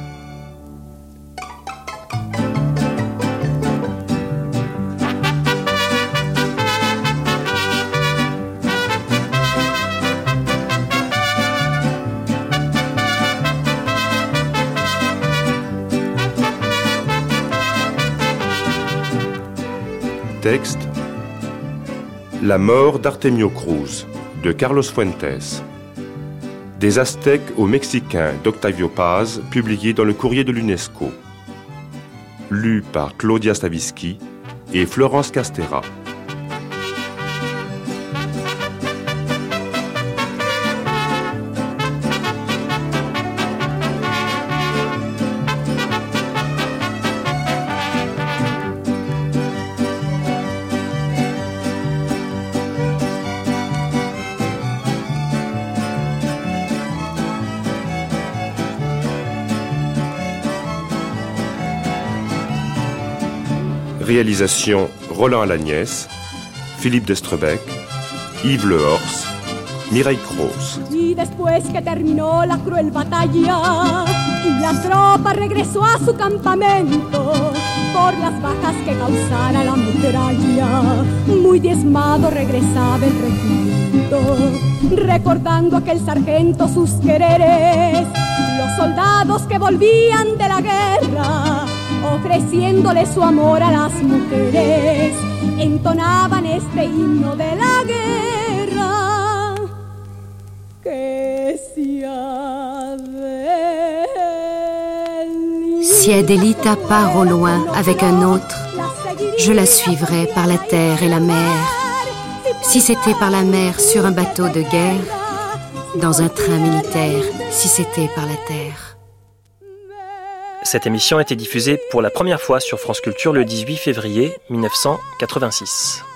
Texte: La mort d'Artemio Cruz, de Carlos Fuentes. Des Aztèques aux Mexicains d'Octavio Paz, publié dans le Courrier de l'UNESCO. Lu par Claudia Stavisky et Florence Castera. Réalisation Roland Alagnès, Philippe Destrebec, Yves Lehors, Mireille Cross. Y después que terminó la cruel batalla y la tropa regresó a su campamento por las bajas que causara la metralla, muy diezmado regresaba el regimiento, recordando aquel sargento sus quereres, los soldados que volvían de la guerra, ofreciéndole su amor a las mujeres, entonaban este himno de la guerra. Que si Adelita, si Adelita part au loin avec un autre, je la suivrai par la terre et la mer. Si c'était par la mer sur un bateau de guerre, dans un train militaire, si c'était par la terre. Cette émission a été diffusée pour la première fois sur France Culture le dix-huit février mille neuf cent quatre-vingt-six.